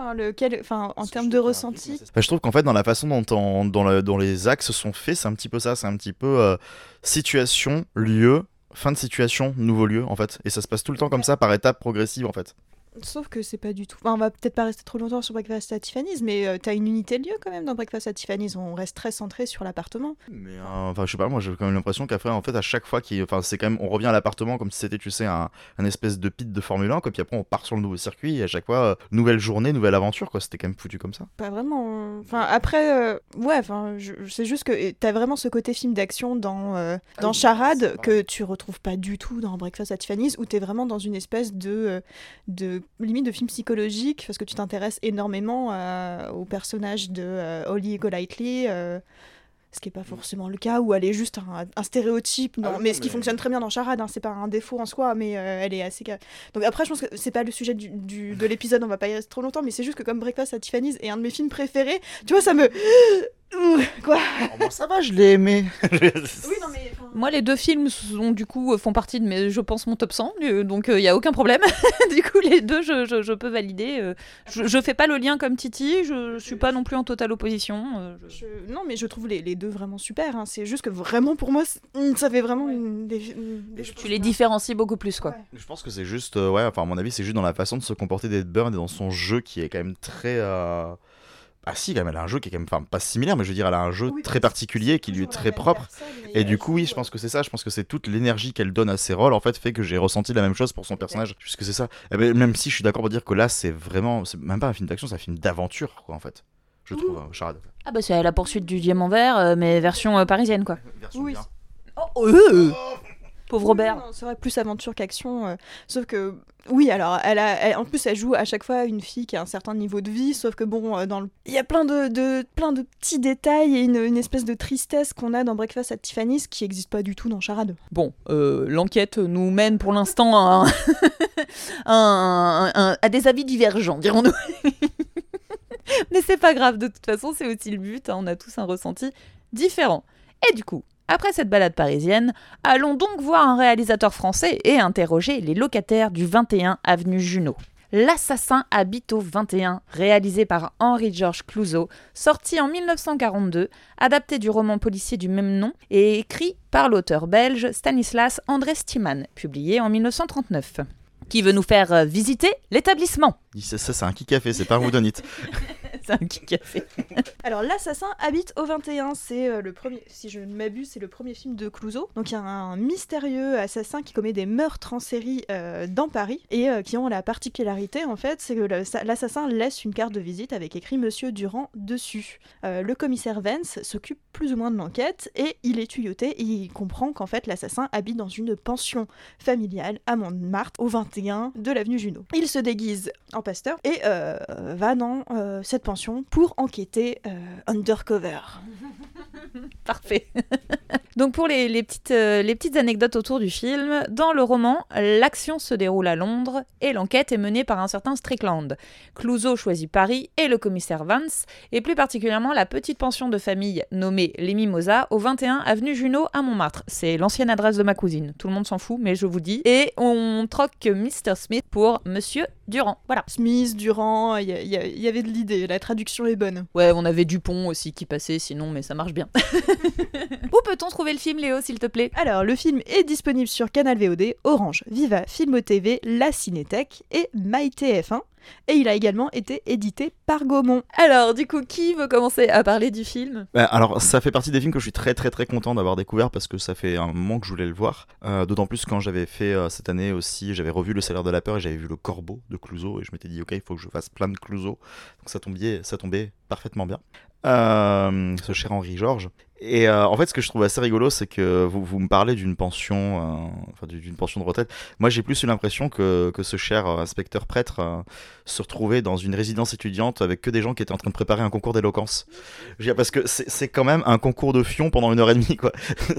Speaker 2: en termes de ressenti.
Speaker 1: Je trouve qu'en fait dans la façon dont les axes sont faits, c'est un petit peu ça, c'est un petit peu situation, lieu, fin de situation, nouveau lieu en fait. Et ça se passe tout le temps comme ça, par étapes progressives en fait.
Speaker 2: Sauf que c'est pas du tout... Enfin, on va peut-être pas rester trop longtemps sur Breakfast at Tiffany's, mais t'as une unité de lieu quand même dans Breakfast at Tiffany's. On reste très centré sur l'appartement.
Speaker 1: Mais enfin, je sais pas, moi j'ai quand même l'impression qu'après, en fait, à chaque fois, c'est quand même, on revient à l'appartement comme si c'était, tu sais, un espèce de pit de Formule 1, quoi. Puis après, on part sur le nouveau circuit et à chaque fois, nouvelle journée, nouvelle aventure, quoi. C'était quand même foutu comme ça.
Speaker 2: Pas vraiment. Enfin, après, ouais, enfin, c'est juste que t'as vraiment ce côté film d'action dans Charade que tu retrouves pas du tout dans Breakfast at Tiffany's, où t'es vraiment dans une espèce de limite de film psychologique parce que tu t'intéresses énormément au personnage de Holly Golightly, ce qui est pas forcément le cas, où elle est juste un stéréotype, mais ce qui fonctionne très bien dans Charade, hein, c'est pas un défaut en soi, mais elle est assez... Donc après je pense que c'est pas le sujet de l'épisode, on va pas y rester trop longtemps, mais c'est juste que comme Breakfast at Tiffany's est un de mes films préférés, tu vois, ça me... Quoi.
Speaker 1: Oh, bon, ça va, je l'ai aimé.
Speaker 2: Oui, non, mais...
Speaker 3: Moi, les deux films du coup, font partie de je pense, mon top 100, donc il n'y a aucun problème. Du coup, les deux, je peux valider. Je fais pas le lien comme Titi, je suis pas non plus en totale opposition.
Speaker 2: Non, mais je trouve les deux vraiment super. Hein. C'est juste que vraiment, pour moi, ça fait vraiment
Speaker 3: Tu les différencies beaucoup plus, quoi.
Speaker 2: Ouais.
Speaker 1: Je pense que c'est juste, à mon avis, c'est juste dans la façon de se comporter d'Hepburn et dans son jeu qui est quand même très... Ah si, quand même, elle a un jeu qui est quand même, pas similaire, mais je veux dire, elle a un jeu très particulier qui lui est très propre. Et du coup, oui, je pense que c'est ça. Je pense que c'est toute l'énergie qu'elle donne à ses rôles, en fait, fait que j'ai ressenti la même chose pour son personnage. Puisque c'est ça. Et ben, même si je suis d'accord pour dire que là, c'est même pas un film d'action, c'est un film d'aventure, quoi, en fait. Je trouve, Charade.
Speaker 3: Ah bah c'est la poursuite du diamant vert, mais version parisienne, quoi.
Speaker 1: Version
Speaker 2: Oui.
Speaker 1: bien.
Speaker 3: Pauvre Robert.
Speaker 2: Non, c'est vrai, plus aventure qu'action. Sauf que, oui, alors, en plus, elle joue à chaque fois une fille qui a un certain niveau de vie. Sauf que, bon, il y a plein de petits détails et une espèce de tristesse qu'on a dans Breakfast at Tiffany's qui n'existe pas du tout dans Charade.
Speaker 3: Bon, l'enquête nous mène pour l'instant à des avis divergents, dirons-nous. Mais c'est pas grave, de toute façon, c'est aussi le but. Hein, on a tous un ressenti différent. Et du coup, après cette balade parisienne, allons donc voir un réalisateur français et interroger les locataires du 21 avenue Junot. L'assassin habite au 21, réalisé par Henri-Georges Clouzot, sorti en 1942, adapté du roman policier du même nom et écrit par l'auteur belge Stanislas André Stiman, publié en 1939. Qui veut nous faire visiter l'établissement?
Speaker 1: Ça, c'est un kick-café, c'est pas un woodonite.
Speaker 3: C'est un kick-café.
Speaker 2: Alors, L'assassin habite au 21, c'est le premier, si je ne m'abuse, c'est le premier film de Clouzot. Donc il y a un mystérieux assassin qui commet des meurtres en série dans Paris et qui ont la particularité en fait, c'est que l'assassin laisse une carte de visite avec écrit Monsieur Durand dessus. Le commissaire Vance s'occupe plus ou moins de l'enquête et il est tuyauté et il comprend qu'en fait l'assassin habite dans une pension familiale à Montmartre au 21 de l'avenue Junot. Il se déguise en pasteur et va dans cette pension pour enquêter undercover.
Speaker 3: Parfait. Donc pour les petites anecdotes autour du film, dans le roman, l'action se déroule à Londres et l'enquête est menée par un certain Strickland. Clouzot choisit Paris et le commissaire Vance, et plus particulièrement la petite pension de famille nommée Les Mimosas au 21 avenue Junot à Montmartre. C'est l'ancienne adresse de ma cousine. Tout le monde s'en fout, mais je vous dis. Et on troque Mr. Smith pour Monsieur Durand. Voilà.
Speaker 2: Smith, Durand, il y avait de l'idée, la traduction est bonne.
Speaker 3: Ouais, on avait Dupont aussi qui passait sinon, mais ça marche bien. Où peut-on trouver le film, Léo, s'il te plaît?
Speaker 2: Alors, le film est disponible sur Canal VOD, Orange, Viva, Filmo TV, La Cinétech et MyTF1. Et il a également été édité par Gaumont.
Speaker 3: Alors, du coup, qui veut commencer à parler du film?
Speaker 1: Alors, ça fait partie des films que je suis très très très content d'avoir découvert parce que ça fait un moment que je voulais le voir. D'autant plus quand j'avais fait cette année aussi, j'avais revu Le Salaire de la Peur et j'avais vu Le Corbeau de Clouzot et je m'étais dit ok, il faut que je fasse plein de Clouzot. Donc ça tombait parfaitement bien. Ce cher Henri-Georges. Et en fait, ce que je trouve assez rigolo, c'est que vous me parlez d'une pension, d'une pension de retraite. Moi, j'ai plus eu l'impression que ce cher inspecteur prêtre se retrouvait dans une résidence étudiante avec que des gens qui étaient en train de préparer un concours d'éloquence. Je veux dire, parce que c'est quand même un concours de fion pendant 1h30, quoi.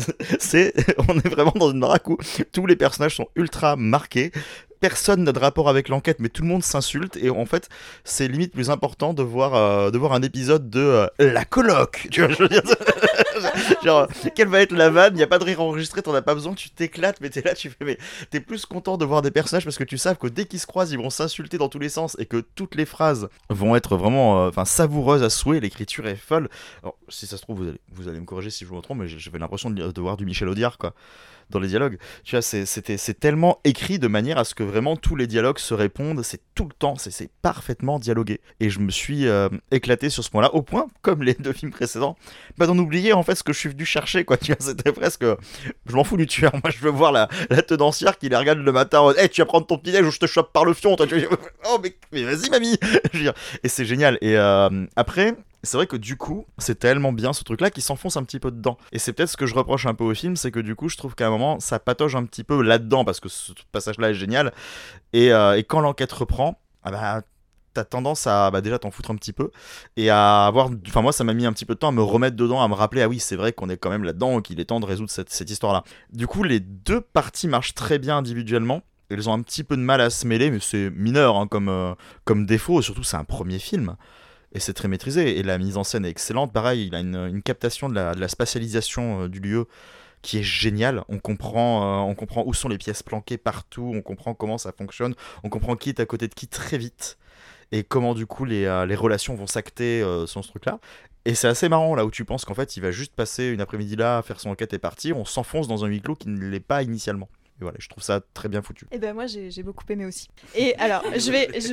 Speaker 1: On est vraiment dans une baraque où tous les personnages sont ultra marqués. Personne n'a de rapport avec l'enquête, mais tout le monde s'insulte. Et en fait, c'est limite plus important de voir un épisode de La Coloc. Tu vois, je veux dire, genre, quelle va être la vanne? Il n'y a pas de rire enregistré, t'en as pas besoin, tu t'éclates, mais t'es là, mais t'es plus content de voir des personnages parce que tu sais que dès qu'ils se croisent, ils vont s'insulter dans tous les sens et que toutes les phrases vont être vraiment savoureuses à souhait. L'écriture est folle. Alors, si ça se trouve, vous allez me corriger si je me trompe, mais j'avais l'impression de voir du Michel Audiard, quoi, dans les dialogues. Tu vois, c'est tellement écrit de manière à ce que vraiment tous les dialogues se répondent, c'est tout le temps, c'est parfaitement dialogué. Et je me suis éclaté sur ce point-là, au point, comme les deux films précédents, d'en oublier en fait ce que je suis venu chercher, quoi. Tu vois, c'était presque, je m'en fous du tueur, moi je veux voir la tenancière qui les regarde le matin, hey, tu vas prendre ton petit déj ou je te chope par le fion, toi, oh mais vas-y mamie. Je veux dire, et c'est génial. Et après, c'est vrai que du coup, c'est tellement bien ce truc-là qu'il s'enfonce un petit peu dedans. Et c'est peut-être ce que je reproche un peu au film, c'est que du coup, je trouve qu'à un moment, ça patauge un petit peu là-dedans, parce que ce passage-là est génial. Et quand l'enquête reprend, t'as tendance à déjà t'en foutre un petit peu, et à avoir... Enfin moi, ça m'a mis un petit peu de temps à me remettre dedans, à me rappeler, ah oui, c'est vrai qu'on est quand même là-dedans, qu'il est temps de résoudre cette histoire-là. Du coup, les deux parties marchent très bien individuellement. Elles ont un petit peu de mal à se mêler, mais c'est mineur hein, comme défaut, et surtout c'est un premier film. Et c'est très maîtrisé, et la mise en scène est excellente. Pareil, il a une captation de la spatialisation du lieu qui est géniale. On comprend où sont les pièces planquées partout, on comprend comment ça fonctionne, on comprend qui est à côté de qui très vite, et comment du coup les relations vont s'acter sur ce truc-là. Et c'est assez marrant là où tu penses qu'en fait il va juste passer une après-midi là, faire son enquête et partir, on s'enfonce dans un huis clos qui ne l'est pas initialement. Et voilà, je trouve ça très bien foutu.
Speaker 2: Et ben moi j'ai beaucoup aimé aussi. Et alors je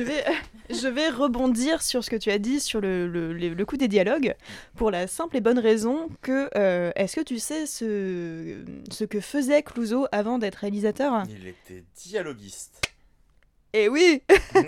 Speaker 2: vais rebondir sur ce que tu as dit sur le coup des dialogues pour la simple et bonne raison que est-ce que tu sais ce que faisait Clouzot avant d'être réalisateur?
Speaker 1: Il était dialoguiste.
Speaker 2: Et oui.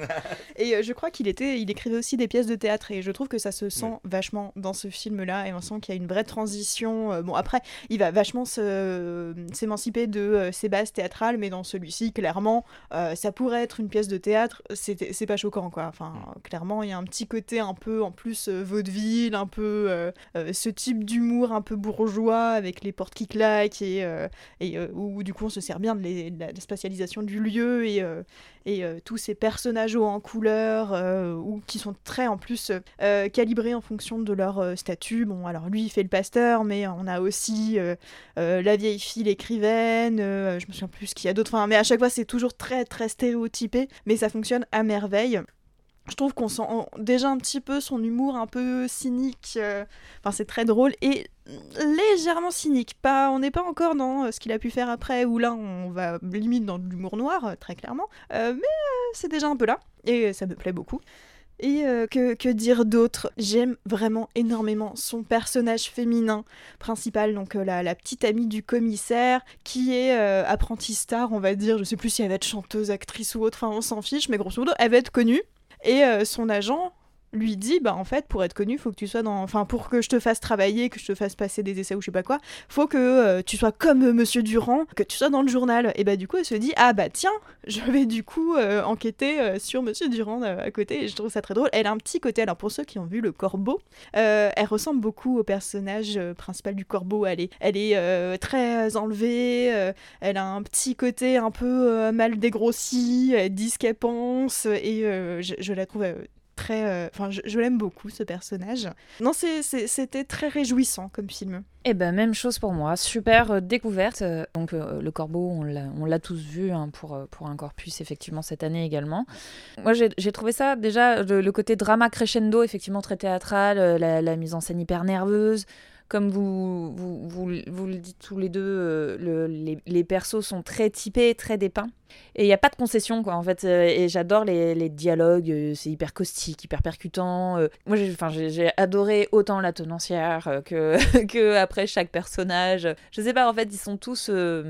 Speaker 2: Et je crois qu'il écrivait aussi des pièces de théâtre et je trouve que ça se sent vachement dans ce film-là et on sent qu'il y a une vraie transition. Bon après, il va vachement s'émanciper de ses bases théâtrales, mais dans celui-ci, clairement, ça pourrait être une pièce de théâtre. C'est pas choquant, quoi. Enfin, clairement, il y a un petit côté un peu, en plus, vaudeville, un peu ce type d'humour un peu bourgeois avec les portes qui claquent et où du coup on se sert bien de la spatialisation du lieu et tous ces personnages hauts en couleur ou qui sont très en plus calibrés en fonction de leur statut. Bon, alors lui il fait le pasteur, mais on a aussi la vieille fille l'écrivaine, je me souviens plus ce qu'il y a d'autre, mais à chaque fois c'est toujours très très stéréotypé, mais ça fonctionne à merveille. Je trouve qu'on sent déjà un petit peu son humour un peu cynique, c'est très drôle et légèrement cynique. On n'est pas encore dans ce qu'il a pu faire après, où là on va limite dans de l'humour noir, très clairement, mais c'est déjà un peu là, et ça me plaît beaucoup. Et que dire d'autre ? J'aime vraiment énormément son personnage féminin principal, donc la petite amie du commissaire, qui est apprentie star, on va dire. Je sais plus si elle va être chanteuse, actrice ou autre, on s'en fiche, mais grosso modo, elle va être connue. Et son agent lui dit, en fait, pour être connu, faut que tu sois pour que je te fasse travailler, que je te fasse passer des essais ou je sais pas quoi, faut que tu sois comme Monsieur Durand, que tu sois dans le journal. Et du coup, elle se dit, tiens, je vais du coup enquêter sur Monsieur Durand à côté, et je trouve ça très drôle. Elle a un petit côté, alors pour ceux qui ont vu Le Corbeau, elle ressemble beaucoup au personnage principal du Corbeau. Elle est très enlevée, elle a un petit côté un peu mal dégrossi, elle dit ce qu'elle pense, et je la trouve... je l'aime beaucoup, ce personnage. Non, c'était très réjouissant comme film.
Speaker 3: Même chose pour moi, super découverte. Donc Le Corbeau, on l'a tous vu pour un corpus effectivement cette année également. Moi j'ai trouvé ça déjà, le côté drama crescendo, effectivement très théâtral, la mise en scène hyper nerveuse. Comme vous le dites tous les deux, les persos sont très typés, très dépeints. Et il n'y a pas de concession, quoi, en fait. Et j'adore les dialogues, c'est hyper caustique, hyper percutant. Moi, j'ai adoré autant la tenancière que après chaque personnage. Je sais pas, en fait, ils sont tous...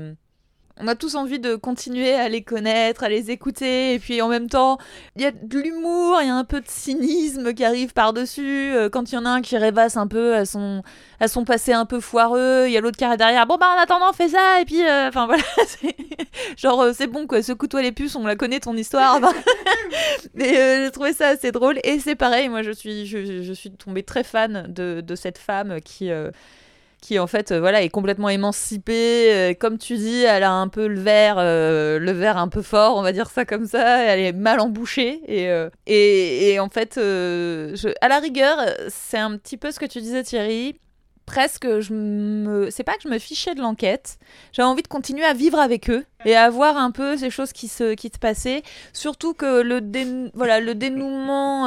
Speaker 3: On a tous envie de continuer à les connaître, à les écouter, et puis en même temps, il y a de l'humour, il y a un peu de cynisme qui arrive par-dessus. Quand il y en a un qui rêvasse un peu à son passé un peu foireux, il y a l'autre qui arrive derrière. Bon, en attendant, fais ça, et puis, voilà, c'est bon, quoi, secoue-toi les puces, on la connaît ton histoire. Mais j'ai trouvé ça assez drôle, et c'est pareil, moi je suis tombée très fan de cette femme qui en fait est complètement émancipée, comme tu dis, elle a un peu le verre un peu fort, on va dire ça comme ça, elle est mal embouchée, et en fait à la rigueur c'est un petit peu ce que tu disais Thierry, presque c'est pas que je me fichais de l'enquête, j'avais envie de continuer à vivre avec eux et à voir un peu ces choses qui se passaient, surtout que le dénouement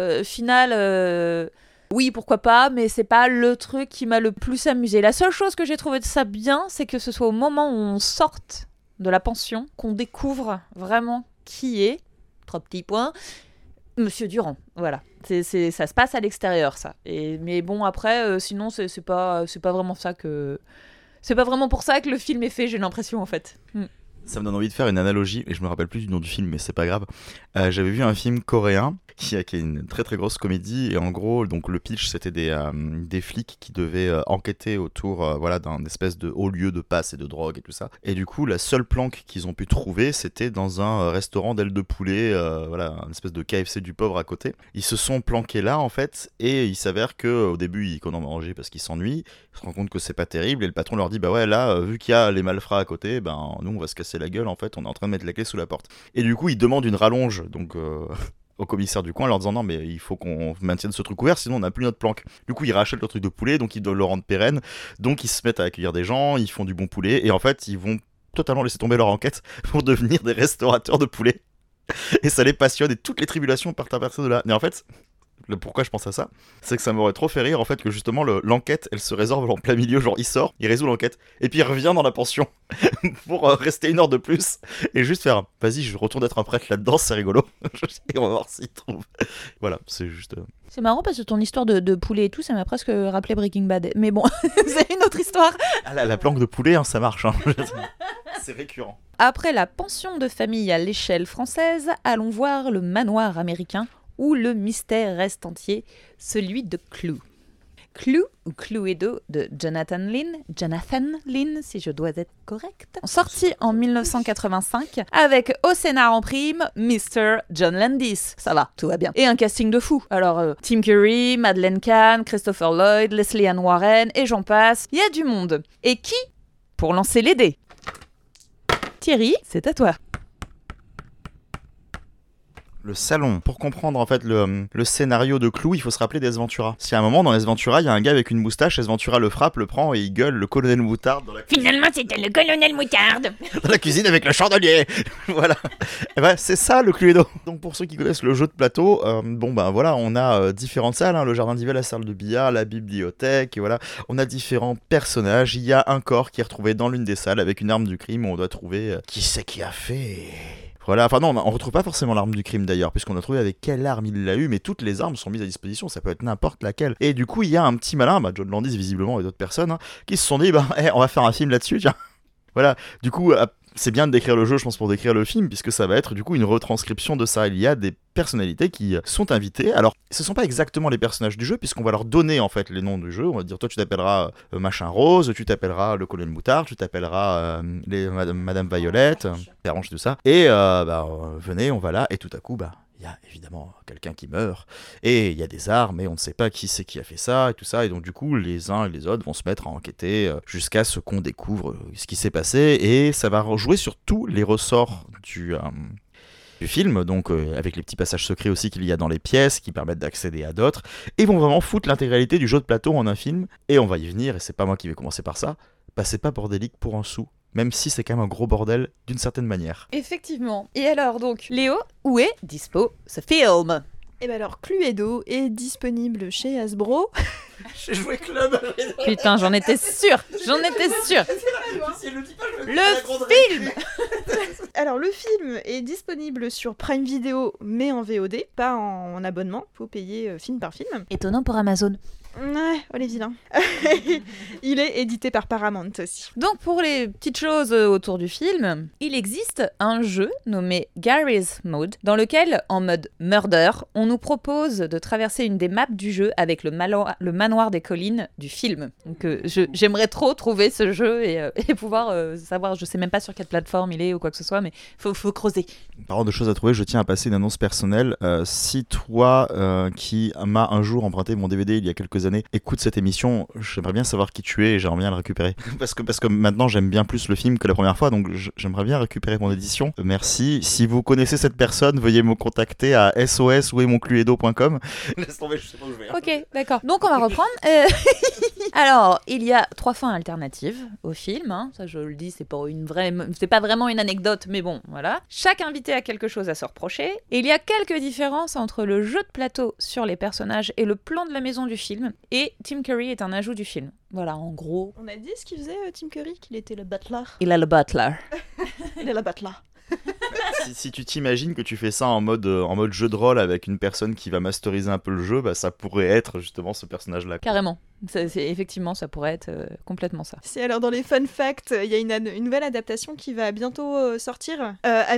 Speaker 3: final, oui, pourquoi pas, mais c'est pas le truc qui m'a le plus amusé. La seule chose que j'ai trouvé de ça bien, c'est que ce soit au moment où on sorte de la pension qu'on découvre vraiment qui est, 3 petits points, Monsieur Durand. Voilà, ça se passe à l'extérieur, ça. Mais bon, après, sinon, c'est pas vraiment ça que... C'est pas vraiment pour ça que le film est fait, j'ai l'impression, en fait.
Speaker 1: Ça me donne envie de faire une analogie, et je me rappelle plus du nom du film, mais c'est pas grave. J'avais vu un film coréen qui est une très très grosse comédie, et en gros, donc le pitch, c'était des flics qui devaient enquêter autour d'un espèce de haut lieu de passe et de drogue et tout ça. Et du coup, la seule planque qu'ils ont pu trouver, c'était dans un restaurant d'ailes de poulet, une espèce de KFC du pauvre à côté. Ils se sont planqués là, en fait, et il s'avère qu'au début, ils en manger parce qu'ils s'ennuient. Ils se rendent compte que c'est pas terrible, et le patron leur dit, vu qu'il y a les malfrats à côté, nous, on va se casser la gueule, en fait, on est en train de mettre la clé sous la porte. Et du coup, ils demandent une rallonge, donc... au commissaire du coin, en leur disant non mais il faut qu'on maintienne ce truc ouvert, sinon on n'a plus notre planque. Du coup ils rachètent le truc de poulet, donc ils doivent le rendre pérenne, donc ils se mettent à accueillir des gens, ils font du bon poulet, et en fait ils vont totalement laisser tomber leur enquête pour devenir des restaurateurs de poulet. Et ça les passionne, et toutes les tribulations partent à partir de là. Mais en fait, pourquoi je pense à ça, c'est que ça m'aurait trop fait rire en fait que justement l'enquête elle se résorbe en plein milieu, genre il sort, il résout l'enquête et puis il revient dans la pension pour rester 1 heure de plus et juste faire vas-y je retourne être un prêtre là-dedans, c'est rigolo. Et on va voir s'il trouve. Voilà, c'est juste...
Speaker 3: C'est marrant parce que ton histoire de poulet et tout, ça m'a presque rappelé Breaking Bad, mais bon, c'est une autre histoire.
Speaker 1: La planque de poulet, ça marche, c'est récurrent.
Speaker 3: Après la pension de famille à l'échelle française, allons voir le manoir américain où le mystère reste entier, celui de Clue. Clue, ou Cluedo, de Jonathan Lynn, si je dois être correcte, sorti en 1985, avec au scénar en prime, Mr. John Landis. Ça va, tout va bien. Et un casting de fou. Alors, Tim Curry, Madeleine Kahn, Christopher Lloyd, Leslie Ann Warren, et j'en passe. Il y a du monde. Et qui pour lancer les dés? Thierry, c'est à toi.
Speaker 1: Le salon. Pour comprendre en fait le scénario de Clou, il faut se rappeler d'Ace Ventura. Parce qu'à un moment dans Ace Ventura, il y a un gars avec une moustache, Ace Ventura le frappe, le prend et il gueule le colonel Moutarde dans la cuisine.
Speaker 4: Finalement, c'était le colonel Moutarde.
Speaker 1: Dans la cuisine avec le chandelier. Voilà. Et ben, c'est ça le Cluedo. Donc pour ceux qui connaissent le jeu de plateau, voilà, on a différentes salles, hein, le jardin d'hiver, la salle de billard, la bibliothèque, et voilà. On a différents personnages. Il y a un corps qui est retrouvé dans l'une des salles avec une arme du crime où on doit trouver qui c'est qui a fait. Voilà, enfin non, on retrouve pas forcément l'arme du crime d'ailleurs, puisqu'on a trouvé avec quelle arme il l'a eu, mais toutes les armes sont mises à disposition, ça peut être n'importe laquelle. Et du coup, il y a un petit malin, John Landis visiblement et d'autres personnes, qui se sont dit, on va faire un film là-dessus, tiens. Voilà, du coup, c'est bien de décrire le jeu, je pense, pour décrire le film, puisque ça va être du coup une retranscription de ça. Il y a des personnalités qui sont invitées. Alors, ce sont pas exactement les personnages du jeu, puisqu'on va leur donner en fait les noms du jeu. On va dire, toi tu t'appelleras Machin Rose, tu t'appelleras le colonel Moutard, tu t'appelleras Madame Violette, arrange tout ça. Et venez, on va là, et tout à coup, il y a évidemment quelqu'un qui meurt, et il y a des armes, et on ne sait pas qui c'est qui a fait ça, et tout ça, et donc du coup, les uns et les autres vont se mettre à enquêter jusqu'à ce qu'on découvre ce qui s'est passé, et ça va rejouer sur tous les ressorts du film, donc avec les petits passages secrets aussi qu'il y a dans les pièces, qui permettent d'accéder à d'autres, et vont vraiment foutre l'intégralité du jeu de plateau en un film, et on va y venir, et c'est pas moi qui vais commencer par ça, c'est pas bordélique pour un sou. Même si c'est quand même un gros bordel d'une certaine manière.
Speaker 3: Effectivement. Et alors donc, Léo, où est dispo ce film ?
Speaker 2: Et ben alors, Cluedo est disponible chez Hasbro.
Speaker 1: J'ai joué Club.
Speaker 3: Putain, j'en étais sûre. Le film.
Speaker 2: Alors, le film est disponible sur Prime Video, mais en VOD, pas en abonnement. Faut payer film par film.
Speaker 3: Étonnant pour Amazon.
Speaker 2: Ouais, oh les vilains. Il est édité par Paramount aussi.
Speaker 3: Donc pour les petites choses autour du film, il existe un jeu nommé Garry's Mode, dans lequel, en mode murder, on nous propose de traverser une des maps du jeu avec le manoir des collines du film. Donc j'aimerais trop trouver ce jeu et pouvoir savoir, je sais même pas sur quelle plateforme il est ou quoi que ce soit, mais faut creuser.
Speaker 1: Parlant de choses à trouver, je tiens à passer une annonce personnelle. Si toi, qui m'as un jour emprunté mon DVD il y a quelques années, écoute cette émission, j'aimerais bien savoir qui tu es et j'aimerais bien le récupérer. parce que maintenant j'aime bien plus le film que la première fois, donc j'aimerais bien récupérer mon édition. Merci. Si vous connaissez cette personne, veuillez me contacter à sos.moncluedo.com. Laisse tomber, je sais pas où je vais.
Speaker 3: Ok, d'accord. Donc on va reprendre. Alors, il y a 3 fins alternatives au film, hein. Ça je le dis, c'est pas vraiment une anecdote, mais bon, voilà. Chaque invité a quelque chose à se reprocher, et il y a quelques différences entre le jeu de plateau sur les personnages et le plan de la maison du film, et Tim Curry est un ajout du film. Voilà, en gros.
Speaker 2: On a dit ce qu'il faisait, Tim Curry, qu'il était le butler.
Speaker 3: Il a le butler.
Speaker 2: Il est le butler.
Speaker 1: Si tu t'imagines que tu fais ça en mode jeu de rôle avec une personne qui va masteriser un peu le jeu, ça pourrait être justement ce personnage-là.
Speaker 3: Carrément. Effectivement, ça pourrait être complètement ça.
Speaker 2: Si alors dans les fun facts, il y a une nouvelle adaptation qui va bientôt sortir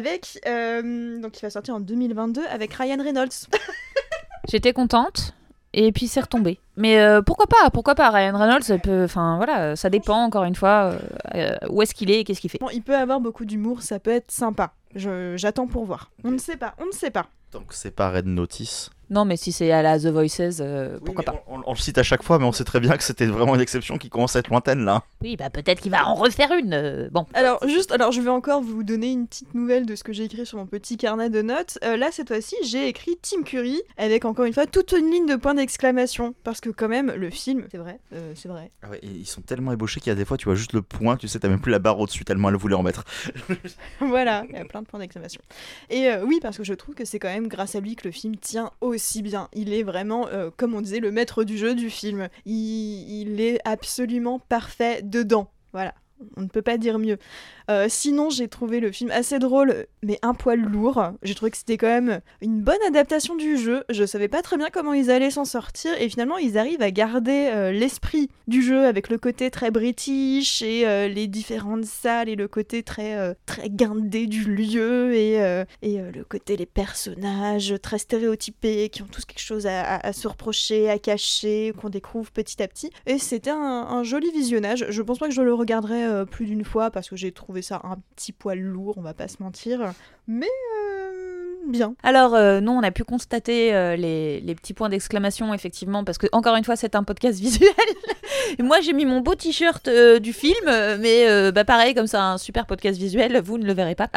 Speaker 2: donc qui va sortir en 2022 avec Ryan Reynolds.
Speaker 3: J'étais contente. Et puis c'est retombé. Mais pourquoi pas Ryan Reynolds, ça dépend encore une fois où est-ce qu'il est et qu'est-ce qu'il fait.
Speaker 2: Bon, il peut avoir beaucoup d'humour, ça peut être sympa. J'attends pour voir. On ne sait pas.
Speaker 1: Donc c'est pas Red Notice.
Speaker 3: Non, mais si c'est à la The Voices, pourquoi pas.
Speaker 1: On le cite à chaque fois, mais on sait très bien que c'était vraiment une exception qui commence à être lointaine là.
Speaker 3: Oui, peut-être qu'il va en refaire une. Bon.
Speaker 2: Alors je vais encore vous donner une petite nouvelle de ce que j'ai écrit sur mon petit carnet de notes. Là, cette fois-ci, j'ai écrit Tim Curry avec encore une fois toute une ligne de points d'exclamation. Parce que quand même, le film, c'est vrai.
Speaker 1: Ah ouais, et ils sont tellement ébauchés qu'il y a des fois, tu vois juste le point, tu sais, t'as même plus la barre au-dessus tellement elle voulait en mettre.
Speaker 2: Voilà, il y a plein de points d'exclamation. Et oui, parce que je trouve que c'est quand même grâce à lui que le film tient aussi bien. Il est vraiment, comme on disait, le maître du jeu du film. Il est absolument parfait dedans. Voilà, on ne peut pas dire mieux. Sinon, j'ai trouvé le film assez drôle, mais un poil lourd. J'ai trouvé que c'était quand même une bonne adaptation du jeu. Je savais pas très bien comment ils allaient s'en sortir, et finalement, ils arrivent à garder l'esprit du jeu avec le côté très british et les différentes salles et le côté très guindé du lieu et le côté les personnages très stéréotypés qui ont tous quelque chose à se reprocher, à cacher, qu'on découvre petit à petit. Et c'était un joli visionnage. Je pense pas que je le regarderai plus d'une fois parce que j'ai trouvé ça un petit poil lourd, on va pas se mentir, mais bien.
Speaker 3: Alors nous on a pu constater les petits points d'exclamation effectivement parce que encore une fois c'est un podcast visuel. Et moi j'ai mis mon beau t-shirt du film mais pareil comme c'est un super podcast visuel, vous ne le verrez pas. Alors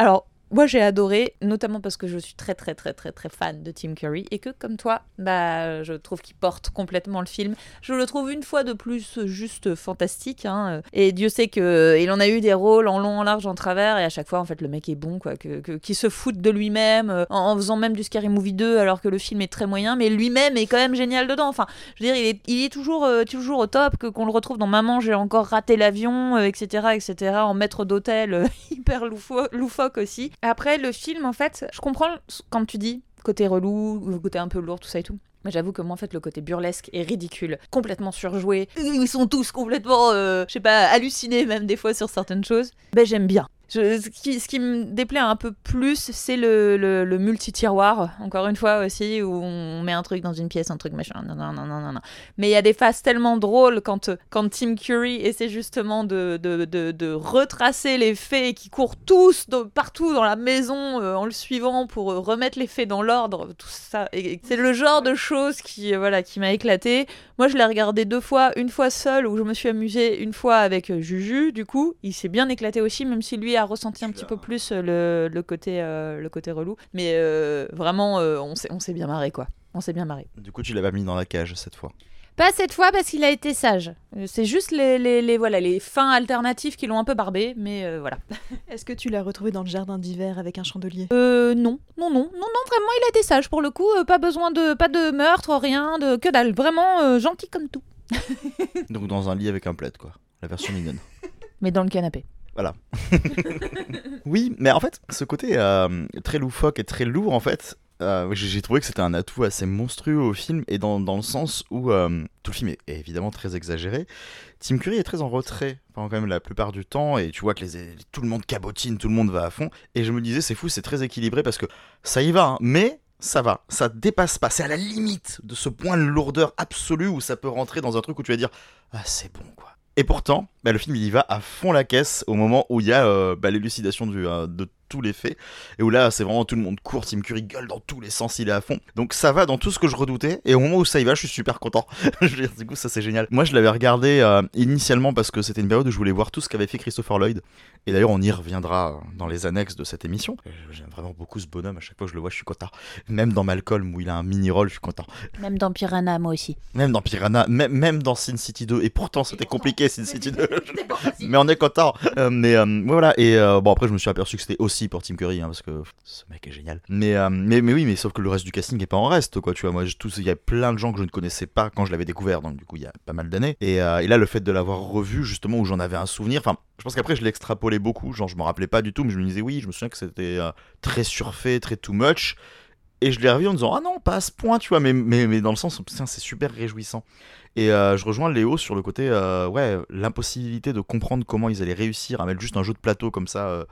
Speaker 3: Moi j'ai adoré, notamment parce que je suis très très très très très fan de Tim Curry et que comme toi, je trouve qu'il porte complètement le film. Je le trouve une fois de plus juste fantastique, hein. Et Dieu sait qu'il en a eu des rôles en long, en large, en travers, et à chaque fois en fait le mec est bon, quoi, qu'il se foute de lui-même en faisant même du Scary Movie 2 alors que le film est très moyen, mais lui-même est quand même génial dedans. Enfin, je veux dire, il est toujours au top, qu'on le retrouve dans Maman, j'ai encore raté l'avion, etc., en maître d'hôtel hyper loufoque aussi. Après, le film, en fait, je comprends quand tu dis côté relou, côté un peu lourd, tout ça et tout. Mais j'avoue que moi, en fait, le côté burlesque est ridicule, complètement surjoué. Ils sont tous complètement, hallucinés même des fois sur certaines choses. J'aime bien. Ce qui me déplaît un peu plus, c'est le multi-tiroir, encore une fois aussi, où on met un truc dans une pièce, un truc machin, non. Mais il y a des phases tellement drôles quand Tim Curry essaie justement de retracer les faits qui courent tous partout dans la maison en le suivant pour remettre les faits dans l'ordre, tout ça. Et c'est le genre de choses qui m'a éclaté. Moi, je l'ai regardé 2 fois, une fois seule où je me suis amusée, une fois avec Juju, du coup, il s'est bien éclaté aussi, même si lui a ressenti un petit peu plus le côté relou, mais vraiment on s'est bien marré, quoi. On s'est bien marré.
Speaker 1: Du coup, tu l'as pas mis dans la cage cette fois?
Speaker 3: Pas cette fois parce qu'il a été sage. C'est juste les fins alternatives qui l'ont un peu barbé, mais voilà.
Speaker 2: Est-ce que tu l'as retrouvé dans le jardin d'hiver avec un chandelier?
Speaker 3: Non, vraiment il a été sage pour le coup, pas de meurtre, rien, que dalle, vraiment gentil comme tout.
Speaker 1: Donc dans un lit avec un plaid, quoi. La version mignonne.
Speaker 3: Mais dans le canapé.
Speaker 1: Voilà. Oui, mais en fait, ce côté très loufoque et très lourd, en fait, j'ai trouvé que c'était un atout assez monstrueux au film, et dans le sens où tout le film est évidemment très exagéré. Tim Curry est très en retrait pendant quand même la plupart du temps, et tu vois que tout le monde cabotine, tout le monde va à fond, et je me disais, c'est fou, c'est très équilibré, parce que ça y va, hein, mais ça va, ça dépasse pas, c'est à la limite de ce point de lourdeur absolue où ça peut rentrer dans un truc où tu vas dire, ah c'est bon, quoi. Et pourtant, le film il y va à fond la caisse au moment où il y a l'élucidation de tous les faits, et où là c'est vraiment tout le monde court, Tim Curry gueule dans tous les sens, il est à fond. Donc ça va dans tout ce que je redoutais, et au moment où ça y va, je suis super content. Je veux dire, du coup ça c'est génial. Moi je l'avais regardé initialement parce que c'était une période où je voulais voir tout ce qu'avait fait Christopher Lloyd, et d'ailleurs on y reviendra dans les annexes de cette émission. J'aime vraiment beaucoup ce bonhomme, à chaque fois que je le vois je suis content. Même dans Malcolm où il a un mini-rôle, je suis content.
Speaker 3: Même dans Piranha, moi aussi.
Speaker 1: Même dans Piranha, même dans Sin City 2, et pourtant c'était compliqué Sin City 2. Mais on est content. Voilà, et bon après je me suis aperçu que c'était aussi pour Tim Curry, hein, parce que ce mec est génial. Mais oui, mais sauf que le reste du casting est pas en reste, quoi, tu vois. Moi, il y a plein de gens que je ne connaissais pas quand je l'avais découvert, donc du coup il y a pas mal d'années. Et là, le fait de l'avoir revu, justement, où j'en avais un souvenir, enfin, je pense qu'après je l'ai extrapolé beaucoup, genre je me rappelais pas du tout, mais je me disais oui, je me souviens que c'était très surfait, très too much. Et je l'ai revu en disant ah non, pas à ce point, tu vois, mais dans le sens, putain, c'est super réjouissant. Et je rejoins Léo sur le côté, l'impossibilité de comprendre comment ils allaient réussir à mettre juste un jeu de plateau comme ça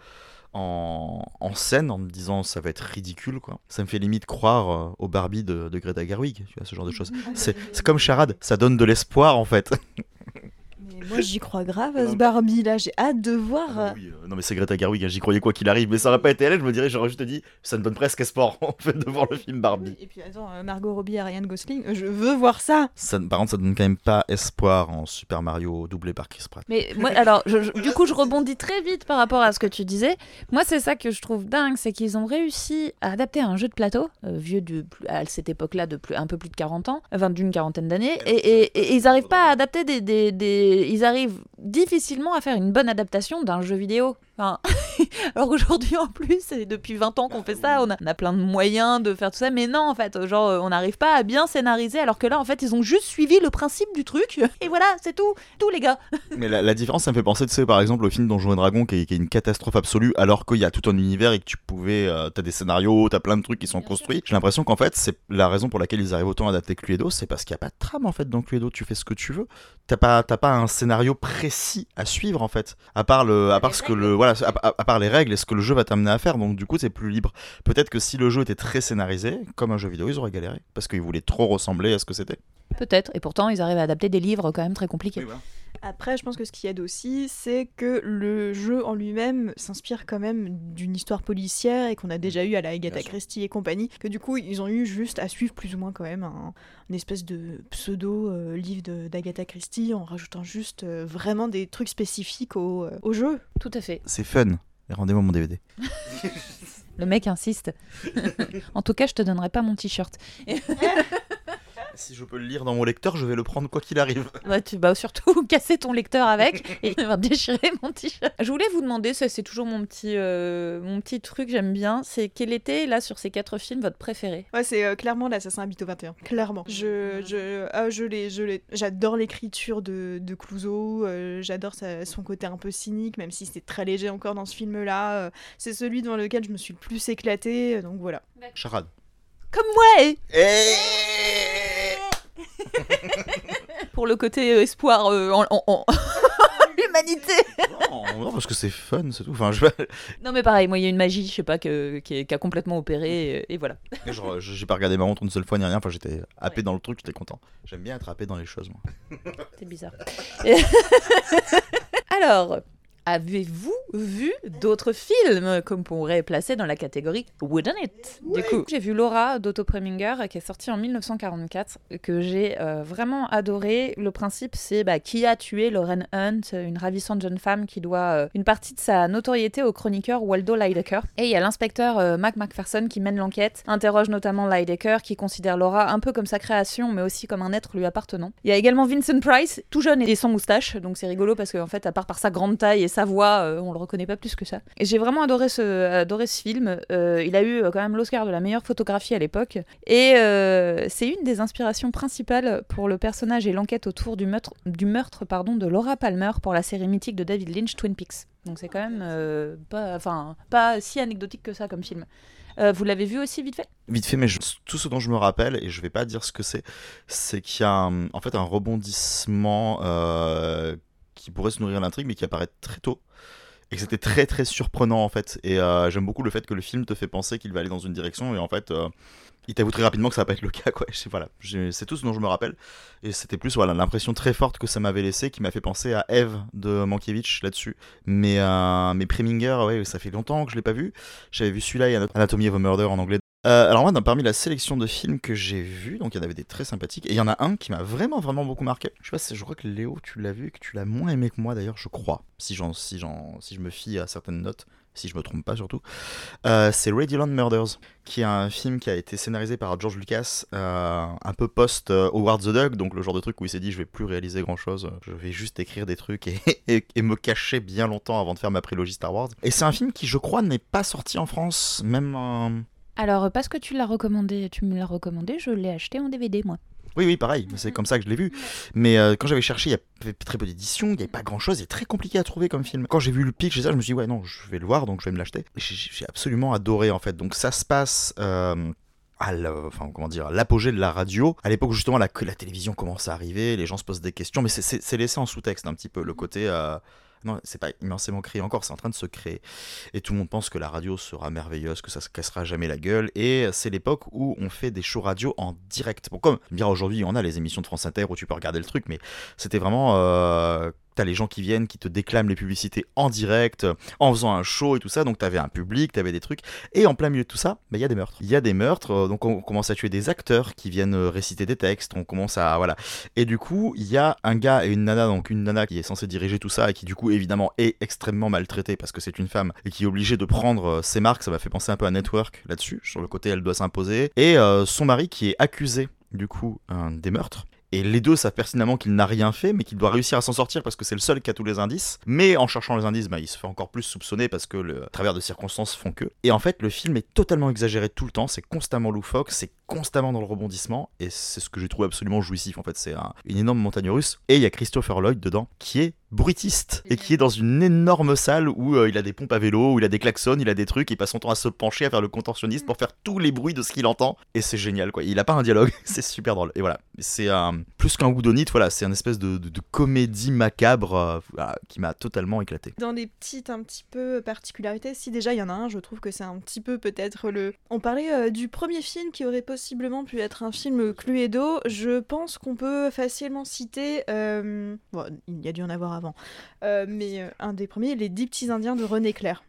Speaker 1: en scène, en me disant ça va être ridicule, quoi. Ça me fait limite croire au Barbie de Greta Gerwig, tu vois, ce genre de choses. C'est comme Charade, ça donne de l'espoir en fait.
Speaker 2: Mais moi j'y crois grave à ce Barbie là, j'ai hâte de voir.
Speaker 1: Oui, non mais c'est Greta Gerwig, hein, j'y croyais quoi qu'il arrive, mais ça aurait pas été elle, je me dirais, j'aurais juste dit, ça me donne presque espoir en fait de voir le film Barbie.
Speaker 2: Et puis attends, Margot Robbie et Ryan Gosling, je veux voir ça.
Speaker 1: Par contre ça donne quand même pas espoir en Super Mario doublé par Chris Pratt.
Speaker 3: Mais moi, alors, du coup, je rebondis très vite par rapport à ce que tu disais. Moi, c'est ça que je trouve dingue, c'est qu'ils ont réussi à adapter un jeu de plateau, vieux à cette époque-là de un peu plus de 40 ans, enfin d'une quarantaine d'années, et ils arrivent pas à adapter ils arrivent difficilement à faire une bonne adaptation d'un jeu vidéo. Enfin, alors aujourd'hui en plus, c'est depuis 20 ans qu'on fait ça, on a plein de moyens de faire tout ça, mais non en fait, genre on n'arrive pas à bien scénariser, alors que là en fait ils ont juste suivi le principe du truc, et voilà, c'est tout les gars.
Speaker 1: Mais la différence, ça me fait penser, tu sais, par exemple au film Donjons et Dragons qui est une catastrophe absolue, alors qu'il y a tout un univers et que tu pouvais, t'as des scénarios, t'as plein de trucs qui sont construits. J'ai l'impression qu'en fait c'est la raison pour laquelle ils arrivent autant à adapter Cluedo, c'est parce qu'il n'y a pas de trame en fait dans Cluedo, tu fais ce que tu veux, t'as pas un scénario précis à suivre en fait, à part les règles et ce que le jeu va t'amener à faire, donc du coup c'est plus libre. Peut-être que si le jeu était très scénarisé, comme un jeu vidéo, ils auraient galéré, parce qu'ils voulaient trop ressembler à ce que c'était.
Speaker 3: Peut-être, et pourtant ils arrivent à adapter des livres quand même très compliqués.
Speaker 1: Oui, voilà.
Speaker 2: Après, je pense que ce qui aide aussi, c'est que le jeu en lui-même s'inspire quand même d'une histoire policière et qu'on a déjà eu à la Agatha Christie et compagnie, que du coup, ils ont eu juste à suivre plus ou moins quand même une espèce de pseudo-livre d'Agatha Christie en rajoutant juste vraiment des trucs spécifiques au jeu.
Speaker 3: Tout à fait.
Speaker 1: C'est fun. Et rendez-moi mon DVD.
Speaker 3: Le mec insiste. En tout cas, je te donnerai pas mon t-shirt.
Speaker 1: Si je peux le lire dans mon lecteur, je vais le prendre quoi qu'il arrive.
Speaker 3: Bah, tu vas surtout casser ton lecteur avec et il va déchirer mon t-shirt. Je voulais vous demander, ça c'est toujours mon petit truc, j'aime bien, c'est quel était, là, sur ces 4 films, votre préféré ?
Speaker 2: Ouais, c'est clairement l'Assassin Habito 21. Clairement. J'adore l'écriture de Clouseau, j'adore son côté un peu cynique, même si c'est très léger encore dans ce film-là. C'est celui dans lequel je me suis le plus éclatée, donc voilà.
Speaker 1: Charade.
Speaker 3: Comme moi Pour le côté espoir en l'humanité.
Speaker 1: Non, parce que c'est fun, c'est tout. Enfin,
Speaker 3: Non mais pareil, moi il y a une magie, je sais pas, qui a complètement opéré, et voilà.
Speaker 1: genre, j'ai pas regardé ma montre une seule fois ni rien. Enfin, j'étais happé dans le truc, j'étais content. J'aime bien être happé dans les choses, moi.
Speaker 3: C'est bizarre. Alors, avez-vous vu d'autres films qu'on pourrait placer dans la catégorie Wouldn't It ? Du coup, j'ai vu Laura d'Otto Preminger qui est sortie en 1944, que j'ai vraiment adoré. Le principe, c'est qui a tué Lauren Hunt, une ravissante jeune femme qui doit une partie de sa notoriété au chroniqueur Waldo Lydecker. Et il y a l'inspecteur Mac Macpherson qui mène l'enquête, interroge notamment Lydecker qui considère Laura un peu comme sa création, mais aussi comme un être lui appartenant. Il y a également Vincent Price, tout jeune et sans moustache, donc c'est rigolo parce qu'en fait, à part par sa grande taille et sa voix, on le reconnaît pas plus que ça. Et j'ai vraiment adoré ce film. Il a eu quand même l'Oscar de la meilleure photographie à l'époque. Et c'est une des inspirations principales pour le personnage et l'enquête autour du meurtre de Laura Palmer pour la série mythique de David Lynch, Twin Peaks. Donc c'est quand même pas si anecdotique que ça comme film. Vous l'avez vu aussi vite fait ?
Speaker 1: Vite fait, mais tout ce dont je me rappelle, et je vais pas dire ce que c'est qu'il y a en fait un rebondissement qui pourrait se nourrir l'intrigue, mais qui apparaît très tôt. Et que c'était très très surprenant en fait. Et j'aime beaucoup le fait que le film te fait penser qu'il va aller dans une direction, et en fait, il t'avoue très rapidement que ça va pas être le cas, quoi. C'est tout ce dont je me rappelle. Et c'était plus l'impression très forte que ça m'avait laissé, qui m'a fait penser à Eve de Mankiewicz là-dessus. Mais Preminger, ouais, ça fait longtemps que je l'ai pas vu. J'avais vu celui-là et Anatomy of a Murder en anglais. Alors moi, parmi la sélection de films que j'ai vus, donc il y en avait des très sympathiques, et il y en a un qui m'a vraiment vraiment beaucoup marqué. Je sais pas, je crois que Léo, tu l'as vu et que tu l'as moins aimé que moi d'ailleurs, je crois, si je me fie à certaines notes, si je me trompe pas surtout. C'est Radioland Murders, qui est un film qui a été scénarisé par George Lucas, un peu post Howard the Duck, donc le genre de truc où il s'est dit je vais plus réaliser grand chose, je vais juste écrire des trucs et me cacher bien longtemps avant de faire ma prélogie Star Wars. Et c'est un film qui, je crois, n'est pas sorti en France, même.
Speaker 3: Alors, parce que tu me l'as recommandé, je l'ai acheté en DVD, moi.
Speaker 1: Oui, pareil, c'est comme ça que je l'ai vu. Mais quand j'avais cherché, il y avait très peu d'éditions, il n'y avait pas grand-chose, c'est très compliqué à trouver comme film. Quand j'ai vu le pitch et ça, je me suis dit, ouais, non, je vais le voir, donc je vais me l'acheter. Et j'ai absolument adoré, en fait. Donc ça se passe à l'apogée de la radio, à l'époque où justement que la télévision commence à arriver, les gens se posent des questions, mais c'est laissé en sous-texte un petit peu, le côté... Non, c'est pas immensément créé encore, c'est en train de se créer. Et tout le monde pense que la radio sera merveilleuse, que ça se cassera jamais la gueule. Et c'est l'époque où on fait des shows radio en direct. Bon, comme bien aujourd'hui, on a les émissions de France Inter où tu peux regarder le truc, mais c'était vraiment... T'as les gens qui viennent, qui te déclament les publicités en direct, en faisant un show et tout ça. Donc t'avais un public, t'avais des trucs. Et en plein milieu de tout ça, il y a des meurtres. Il y a des meurtres, donc on commence à tuer des acteurs qui viennent réciter des textes. On commence à... Voilà. Et du coup, il y a un gars et une nana, donc une nana qui est censée diriger tout ça et qui du coup, évidemment, est extrêmement maltraitée parce que c'est une femme et qui est obligée de prendre ses marques. Ça m'a fait penser un peu à Network là-dessus. Sur le côté, elle doit s'imposer. Et son mari qui est accusé, du coup, des meurtres. Et les deux savent pertinemment qu'il n'a rien fait, mais qu'il doit réussir à s'en sortir parce que c'est le seul qui a tous les indices. Mais en cherchant les indices, il se fait encore plus soupçonner parce que le travers de circonstances font que. Et en fait, le film est totalement exagéré tout le temps, c'est constamment loufoque, c'est constamment dans le rebondissement, et c'est ce que j'ai trouvé absolument jouissif. En fait, c'est une énorme montagne russe. Et il y a Christopher Lloyd dedans, qui est bruitiste, et qui est dans une énorme salle où il a des pompes à vélo, où il a des klaxons, il a des trucs, et il passe son temps à se pencher, à faire le contorsionniste pour faire tous les bruits de ce qu'il entend. Et c'est génial, quoi. Il a pas un dialogue, c'est super drôle. Et voilà, c'est plus qu'un Whodunit, voilà, c'est une espèce de comédie macabre qui m'a totalement éclaté.
Speaker 2: Dans des petites un petit peu particularités, si déjà il y en a un, je trouve que c'est un petit peu peut-être On parlait du premier film qui aurait possiblement pu être un film Cluedo. Je pense qu'on peut facilement citer, bon, il y a dû en avoir avant, mais un des premiers, Les 10 petits indiens de René Clair.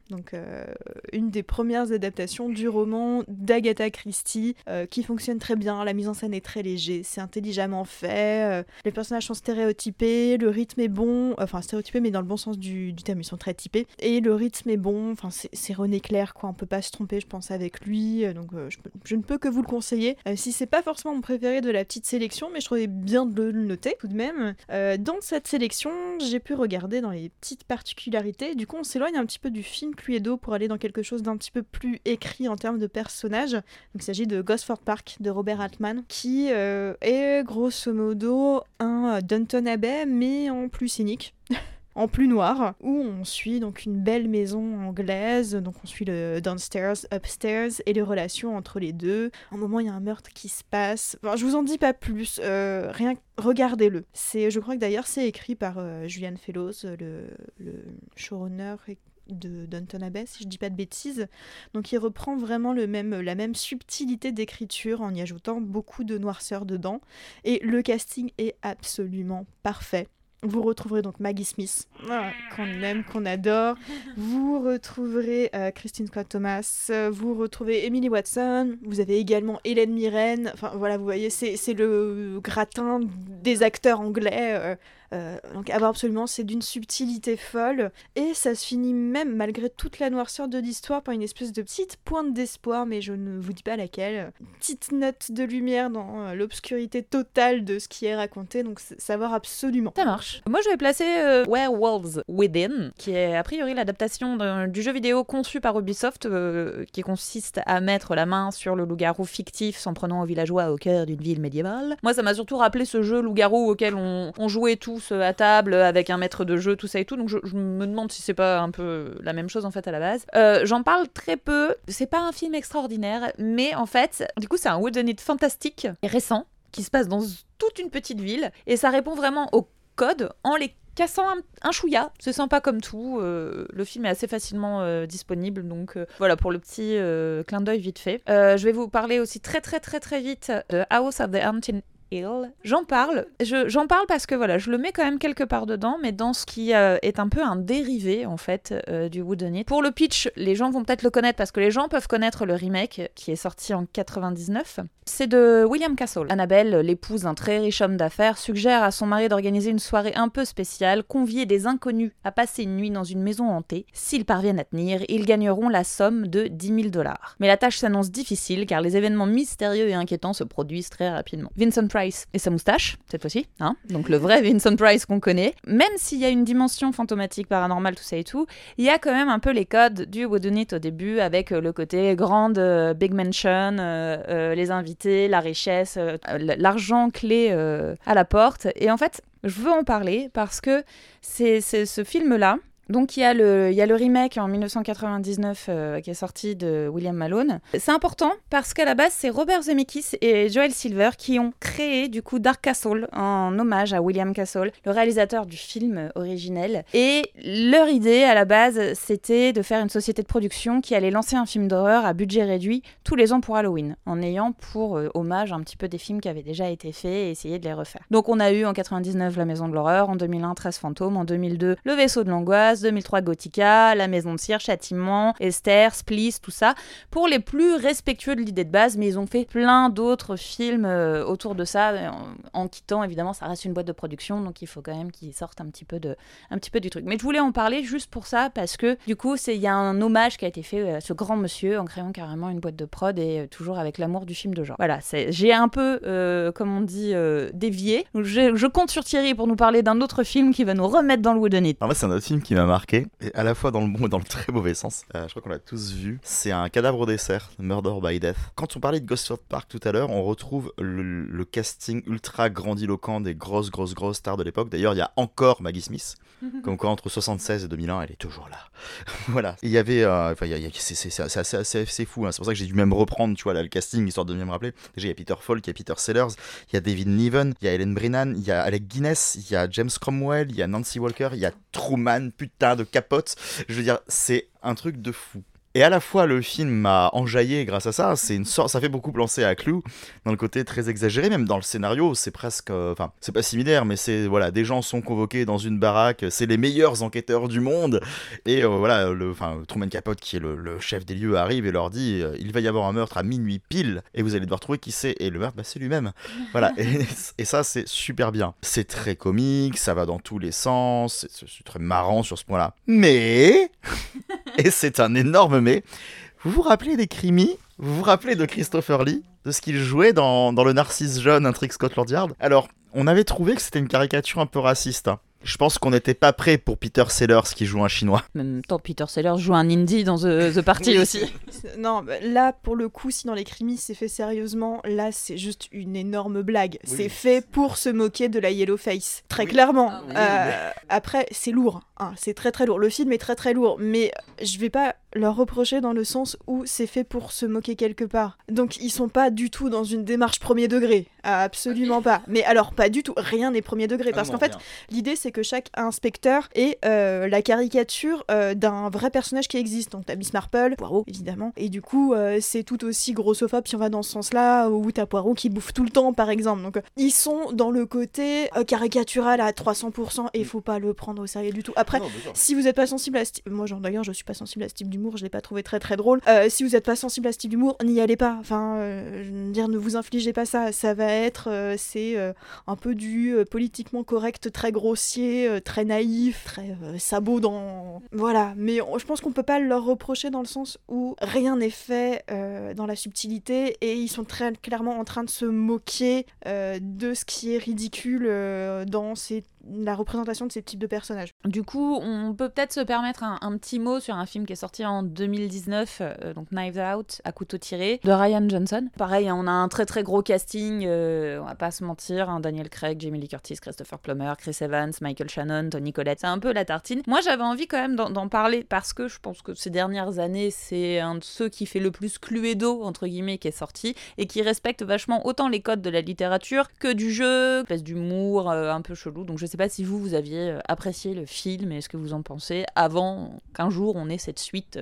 Speaker 2: Donc une des premières adaptations du roman d'Agatha Christie qui fonctionne très bien, la mise en scène est très léger, c'est intelligemment fait, les personnages sont stéréotypés, le rythme est bon, enfin stéréotypés mais dans le bon sens du terme, ils sont très typés, et le rythme est bon, enfin c'est René Clair quoi, on peut pas se tromper je pense avec lui, donc je ne peux que vous le conseiller, si c'est pas forcément mon préféré de la petite sélection, mais je trouvais bien de le noter tout de même. Dans cette sélection, j'ai pu regarder dans les petites particularités, du coup on s'éloigne un petit peu du film Cluedo pour aller dans quelque chose d'un petit peu plus écrit en termes de personnages. Donc il s'agit de Gosford Park de Robert Altman, qui est grosso modo un Downton Abbey mais en plus cynique. En plus noir, où on suit donc une belle maison anglaise, donc on suit le downstairs, upstairs, et les relations entre les deux. À un moment, il y a un meurtre qui se passe. Enfin, je vous en dis pas plus, rien, regardez-le. Je crois que d'ailleurs, c'est écrit par Julian Fellows, le showrunner de Downton Abbey, si je dis pas de bêtises. Donc il reprend vraiment la même subtilité d'écriture en y ajoutant beaucoup de noirceur dedans. Et le casting est absolument parfait. Vous retrouverez donc Maggie Smith, qu'on aime, qu'on adore. Vous retrouverez Christine Scott Thomas. Vous retrouvez Emily Watson. Vous avez également Hélène Mirren. Enfin voilà, vous voyez, c'est le gratin des acteurs anglais. Donc à voir absolument, c'est d'une subtilité folle. Et ça se finit même, malgré toute la noirceur de l'histoire, par une espèce de petite pointe d'espoir, mais je ne vous dis pas laquelle. Une petite note de lumière dans l'obscurité totale de ce qui est raconté. Donc savoir absolument.
Speaker 3: Ça marche. Moi, je vais placer Werewolves Within, qui est a priori l'adaptation du jeu vidéo conçu par Ubisoft, qui consiste à mettre la main sur le loup-garou fictif s'en prenant aux villageois au cœur d'une ville médiévale. Moi, ça m'a surtout rappelé ce jeu loup-garou auquel on jouait tous à table avec un maître de jeu, tout ça et tout. Donc, je me demande si c'est pas un peu la même chose en fait à la base. J'en parle très peu. C'est pas un film extraordinaire, mais en fait, du coup, c'est un whodunit fantastique et récent qui se passe dans toute une petite ville et ça répond vraiment au code en les cassant un chouïa. C'est sympa comme tout. Le film est assez facilement disponible, donc voilà pour le petit clin d'œil vite fait. Je vais vous parler aussi très vite de House of the Haunted Hill. J'en parle parce que voilà, je le mets quand même quelque part dedans, mais dans ce qui est un peu un dérivé en fait du whodunit. Pour le pitch, les gens vont peut-être le connaître parce que les gens peuvent connaître le remake qui est sorti en 99. C'est de William Castle. Annabelle, l'épouse d'un très riche homme d'affaires, suggère à son mari d'organiser une soirée un peu spéciale, convier des inconnus à passer une nuit dans une maison hantée. S'ils parviennent à tenir, ils gagneront la somme de $10 000. Mais la tâche s'annonce difficile car les événements mystérieux et inquiétants se produisent très rapidement. Vincent Price et sa moustache, cette fois-ci, hein, donc le vrai Vincent Price qu'on connaît. Même s'il y a une dimension fantomatique, paranormale, tout ça et tout, il y a quand même un peu les codes du whodunit au début avec le côté grande big mansion, les invités, la richesse, l'argent clé à la porte. Et en fait, je veux en parler parce que c'est ce film-là. Donc il y a le remake en 1999 qui est sorti de William Malone. C'est important parce qu'à la base c'est Robert Zemeckis et Joel Silver qui ont créé du coup Dark Castle en hommage à William Castle, le réalisateur du film originel. Et leur idée à la base c'était de faire une société de production qui allait lancer un film d'horreur à budget réduit tous les ans pour Halloween, en ayant pour hommage un petit peu des films qui avaient déjà été faits et essayer de les refaire. Donc on a eu en 99 La Maison de l'Horreur, en 2001 13 Fantômes, en 2002 Le Vaisseau de l'Angoisse, 2003 Gothica, La Maison de Cire, Châtiment, Esther, Splice, tout ça, pour les plus respectueux de l'idée de base, mais ils ont fait plein d'autres films autour de ça, en quittant, évidemment, ça reste une boîte de production, donc il faut quand même qu'ils sortent un petit peu du truc. Mais je voulais en parler juste pour ça, parce que du coup, il y a un hommage qui a été fait à ce grand monsieur, en créant carrément une boîte de prod, et toujours avec l'amour du film de genre. Voilà, j'ai un peu, comme on dit, dévié. Je compte sur Thierry pour nous parler d'un autre film qui va nous remettre dans le whodunit.
Speaker 1: En fait, c'est un autre film qui m'a marqué, et à la fois dans le bon et dans le très mauvais sens. Je crois qu'on l'a tous vu. C'est un cadavre au dessert, Murder by Death. Quand on parlait de Gosford Park tout à l'heure, on retrouve le casting ultra grandiloquent des grosses stars de l'époque. D'ailleurs, il y a encore Maggie Smith. Comme quoi, entre 76 et 2001, elle est toujours là. Voilà. Il y avait... c'est fou, hein. C'est pour ça que j'ai dû même reprendre, tu vois, là, le casting, histoire de bien me rappeler. Déjà, il y a Peter Falk, il y a Peter Sellers, il y a David Niven, il y a Helen Brennan, il y a Alec Guinness, il y a James Cromwell, il y a Nancy Walker, il y a Truman, putain de capote. Je veux dire, c'est un truc de fou. Et à la fois, le film m'a enjaillé grâce à ça. C'est une sorte, ça fait beaucoup penser à Clue, dans le côté très exagéré, même dans le scénario, c'est presque... Enfin, c'est pas similaire, mais c'est... Voilà, des gens sont convoqués dans une baraque, c'est les meilleurs enquêteurs du monde, et voilà, Truman Capote, qui est le chef des lieux, arrive et leur dit il va y avoir un meurtre à minuit pile, et vous allez devoir trouver qui c'est. Et le meurtre, c'est lui-même. Voilà, et ça, c'est super bien. C'est très comique, ça va dans tous les sens, c'est très marrant sur ce point-là. Mais... et c'est un énorme mais... Vous vous rappelez des Creamy ? Vous vous rappelez de Christopher Lee ? De ce qu'il jouait dans le Narcisse Jaune, Intrigue Scotland Yard ? Alors, on avait trouvé que c'était une caricature un peu raciste. Hein. Je pense qu'on n'était pas prêt pour Peter Sellers qui joue un chinois.
Speaker 3: En même temps, Peter Sellers joue un indie dans The Party aussi.
Speaker 2: Non, là, pour le coup, si dans les crimis c'est fait sérieusement, là, c'est juste une énorme blague. Oui. C'est fait pour se moquer de la yellow face, très clairement. Après, c'est lourd, hein, c'est très très lourd. Le film est très très lourd, mais je vais pas leur reprocher dans le sens où c'est fait pour se moquer quelque part. Donc, ils sont pas du tout dans une démarche premier degré. Absolument pas. Mais alors, pas du tout. Rien n'est premier degré. Parce qu'en fait, l'idée, c'est que chaque inspecteur est la caricature d'un vrai personnage qui existe. Donc, t'as Miss Marple, Poirot, évidemment. Et du coup, c'est tout aussi grossophobe si on va dans ce sens-là, où t'as Poirot qui bouffe tout le temps, par exemple. Donc, ils sont dans le côté caricatural à 300%, et il faut pas le prendre au sérieux du tout. Après, si vous n'êtes pas sensible à ce type... Moi, d'ailleurs, je suis pas sensible à ce type d'humour, je l'ai pas trouvé très très drôle. Si vous n'êtes pas sensible à ce type d'humour, n'y allez pas. Enfin, je veux dire, ne vous infligez pas ça. Ça va être... c'est un peu du politiquement correct, très grossier, très naïf, très sabot dans... Voilà. Mais je pense qu'on peut pas leur reprocher dans le sens où rien n'est fait dans la subtilité, et ils sont très clairement en train de se moquer de ce qui est ridicule dans la représentation de ces types de personnages.
Speaker 3: Du coup, on peut peut-être se permettre un petit mot sur un film qui est sorti en 2019, donc Knives Out, à couteau tiré, de Rian Johnson. Pareil, on a un très très gros casting, on va pas se mentir, hein, Daniel Craig, Jamie Lee Curtis, Christopher Plummer, Chris Evans, Michael Shannon, Toni Collette, c'est un peu la tartine. Moi, j'avais envie quand même d'en parler parce que je pense que ces dernières années, c'est un de ceux qui fait le plus Cluedo, entre guillemets, qui est sorti, et qui respecte vachement autant les codes de la littérature que du jeu, une espèce d'humour un peu chelou. Donc je sais pas si vous aviez apprécié le film et ce que vous en pensez avant qu'un jour on ait cette suite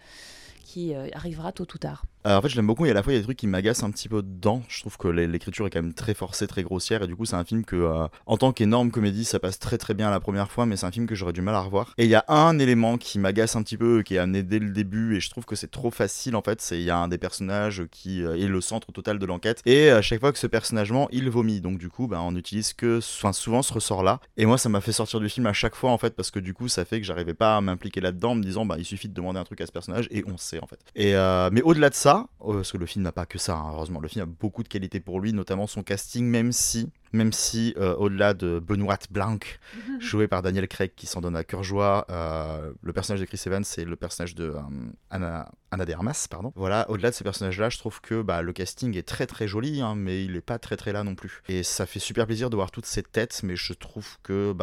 Speaker 3: qui arrivera tôt ou tard.
Speaker 1: En fait, je l'aime beaucoup, et à la fois, il y a des trucs qui m'agacent un petit peu dedans. Je trouve que l'écriture est quand même très forcée, très grossière, et du coup, c'est un film que, en tant qu'énorme comédie, ça passe très très bien la première fois, mais c'est un film que j'aurais du mal à revoir. Et il y a un élément qui m'agace un petit peu, qui est amené dès le début, et je trouve que c'est trop facile, en fait. Il y a un des personnages qui est le centre total de l'enquête, et à chaque fois que ce personnage-là, il vomit. Donc, du coup, on utilise souvent ce ressort-là. Et moi, ça m'a fait sortir du film à chaque fois, en fait, parce que du coup, ça fait que j'arrivais pas à m'impliquer là-dedans, en me disant, il suffit de demander un truc à ce personnage, et on sait, en fait. Mais au-delà de ça, parce que le film n'a pas que ça, hein, heureusement, le film a beaucoup de qualités pour lui, notamment son casting, même si au-delà de Benoît Blanc, joué par Daniel Craig, qui s'en donne à cœur joie, le personnage de Chris Evans, c'est le personnage de Ana de Armas, pardon. Voilà, au-delà de ces personnages-là, je trouve que le casting est très très joli, hein, mais il est pas très très là non plus. Et ça fait super plaisir de voir toutes ces têtes, mais je trouve que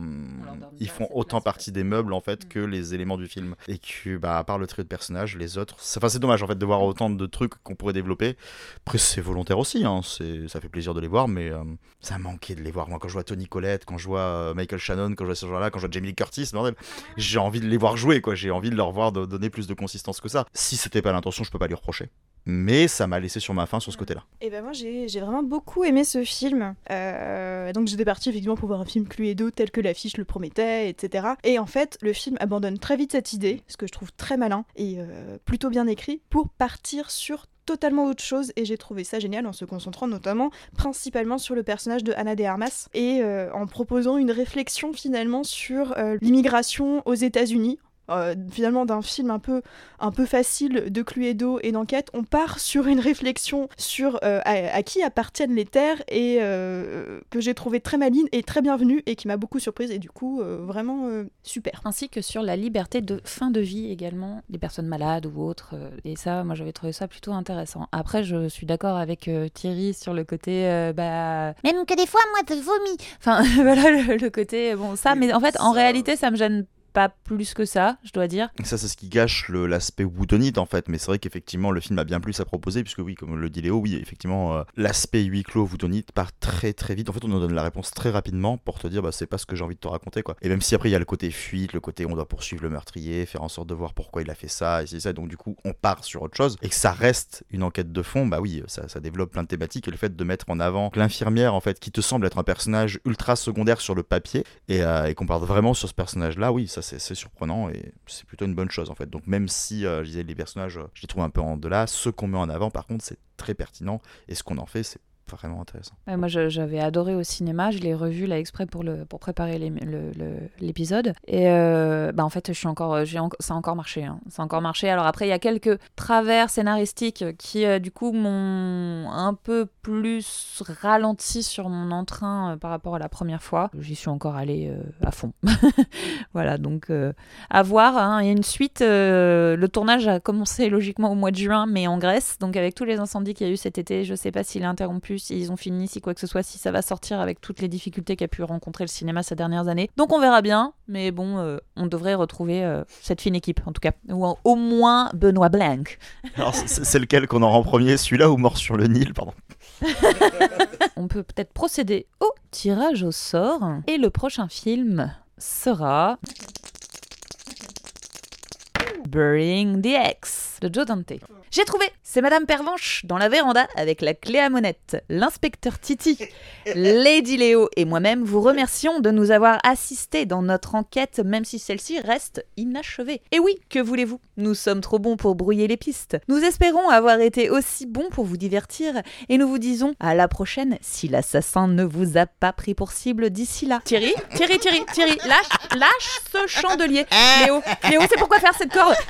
Speaker 1: ils font autant partie des meubles en fait que les éléments du film. Et que à part le trio de personnages, les autres, c'est dommage en fait de voir autant de trucs qu'on pourrait développer. Après c'est volontaire aussi, hein, ça fait plaisir de les voir, mais ça manquait de les voir. Moi, quand je vois Toni Collette, quand je vois Michael Shannon, quand je vois ces gens-là, quand je vois Jamie Lee Curtis, bordel, j'ai envie de les voir jouer, quoi. J'ai envie de leur voir donner plus de consistance que ça. Si c'était pas l'intention, je peux pas lui reprocher. Mais ça m'a laissé sur ma faim sur ce côté-là.
Speaker 2: Et moi j'ai vraiment beaucoup aimé ce film. Donc j'étais partie effectivement pour voir un film Cluedo tel que l'affiche le promettait, etc. Et en fait, le film abandonne très vite cette idée, ce que je trouve très malin et plutôt bien écrit, pour partir sur totalement autre chose, et j'ai trouvé ça génial en se concentrant notamment principalement sur le personnage de Ana de Armas et en proposant une réflexion finalement sur l'immigration aux États-Unis. Finalement d'un film un peu facile de Cluedo et d'enquête, on part sur une réflexion sur à qui appartiennent les terres, et que j'ai trouvé très maligne et très bienvenue et qui m'a beaucoup surprise, et du coup vraiment super.
Speaker 3: Ainsi que sur la liberté de fin de vie également des personnes malades ou autres, et ça moi j'avais trouvé ça plutôt intéressant. Après je suis d'accord avec Thierry sur le côté même que des fois moi je vomis, enfin voilà le côté ça, mais en fait en réalité ça me gêne pas plus que ça, je dois dire.
Speaker 1: Ça, c'est ce qui gâche l'aspect whodunit en fait, mais c'est vrai qu'effectivement le film a bien plus à proposer, puisque oui, comme le dit Léo, oui, effectivement, l'aspect huis clos whodunit part très très vite. En fait, on nous donne la réponse très rapidement pour te dire, bah c'est pas ce que j'ai envie de te raconter, quoi. Et même si après il y a le côté fuite, le côté on doit poursuivre le meurtrier, faire en sorte de voir pourquoi il a fait ça, et c'est ça, donc du coup on part sur autre chose, et que ça reste une enquête de fond, bah oui, ça développe plein de thématiques, et le fait de mettre en avant l'infirmière, en fait, qui te semble être un personnage ultra secondaire sur le papier, et qu'on parle vraiment sur ce personnage-là, oui, ça c'est surprenant, et c'est plutôt une bonne chose, en fait. Donc même si, je disais, les personnages, je les trouve un peu en delà, ceux qu'on met en avant, par contre, c'est très pertinent, et ce qu'on en fait, c'est vraiment intéressant.
Speaker 3: Ouais, moi j'avais adoré au cinéma, je l'ai revu là exprès pour préparer l'épisode et en fait ça a encore marché, hein. Ça a encore marché. Alors après il y a quelques travers scénaristiques qui du coup m'ont un peu plus ralenti sur mon entrain par rapport à la première fois. J'y suis encore allée à fond. Voilà, donc à voir, hein. Il y a une suite, le tournage a commencé logiquement au mois de juin mais en Grèce, donc avec tous les incendies qu'il y a eu cet été, je sais pas s'il est interrompu, si ils ont fini, si quoi que ce soit, si ça va sortir avec toutes les difficultés qu'a pu rencontrer le cinéma ces dernières années. Donc on verra bien, mais bon, on devrait retrouver cette fine équipe, en tout cas. Ou au moins Benoît Blanc.
Speaker 1: Alors c'est lequel qu'on en rend premier, celui-là ou Mort sur le Nil, pardon.
Speaker 3: On peut peut-être procéder au tirage au sort. Et le prochain film sera... Burying the Ex de Joe Dante. J'ai trouvé, c'est Madame Pervenche dans la véranda avec la clé à monette. L'inspecteur Titi, Lady Léo et moi-même vous remercions de nous avoir assistés dans notre enquête, même si celle-ci reste inachevée. Et oui, que voulez-vous ? Nous sommes trop bons pour brouiller les pistes. Nous espérons avoir été aussi bons pour vous divertir et nous vous disons à la prochaine si l'assassin ne vous a pas pris pour cible d'ici là. Thierry, lâche ce chandelier. Léo, c'est pourquoi faire cette corde.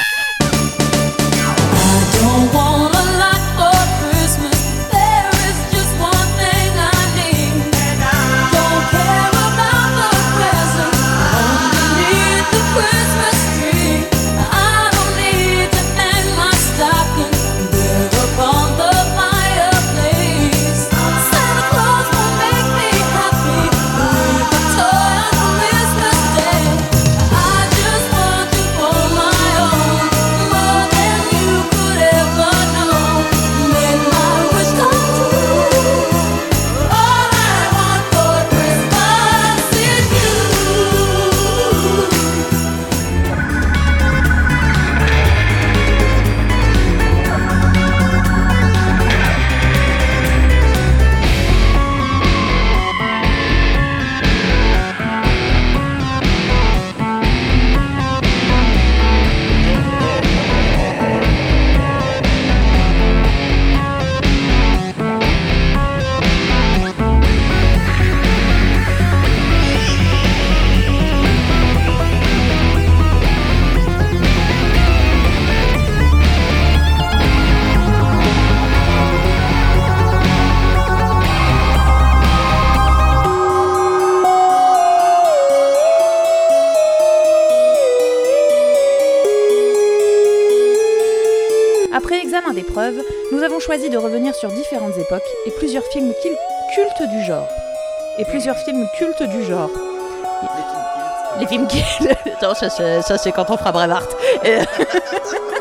Speaker 5: Don't want a lot for Christmas. There is just one thing I need. Don't care about the presents underneath the Christmas tree. I don't need to hang my stocking there upon the fireplace. Santa Claus will make me happy with a toy on Christmas Day. I just want you for my own, more than you could ever know. Make my wish come true. All I want for Christmas is you.
Speaker 3: Après examen des preuves, nous avons choisi de revenir sur différentes époques et plusieurs films cultes du genre. Les films cultes. Non, ça c'est quand on fera Braveheart.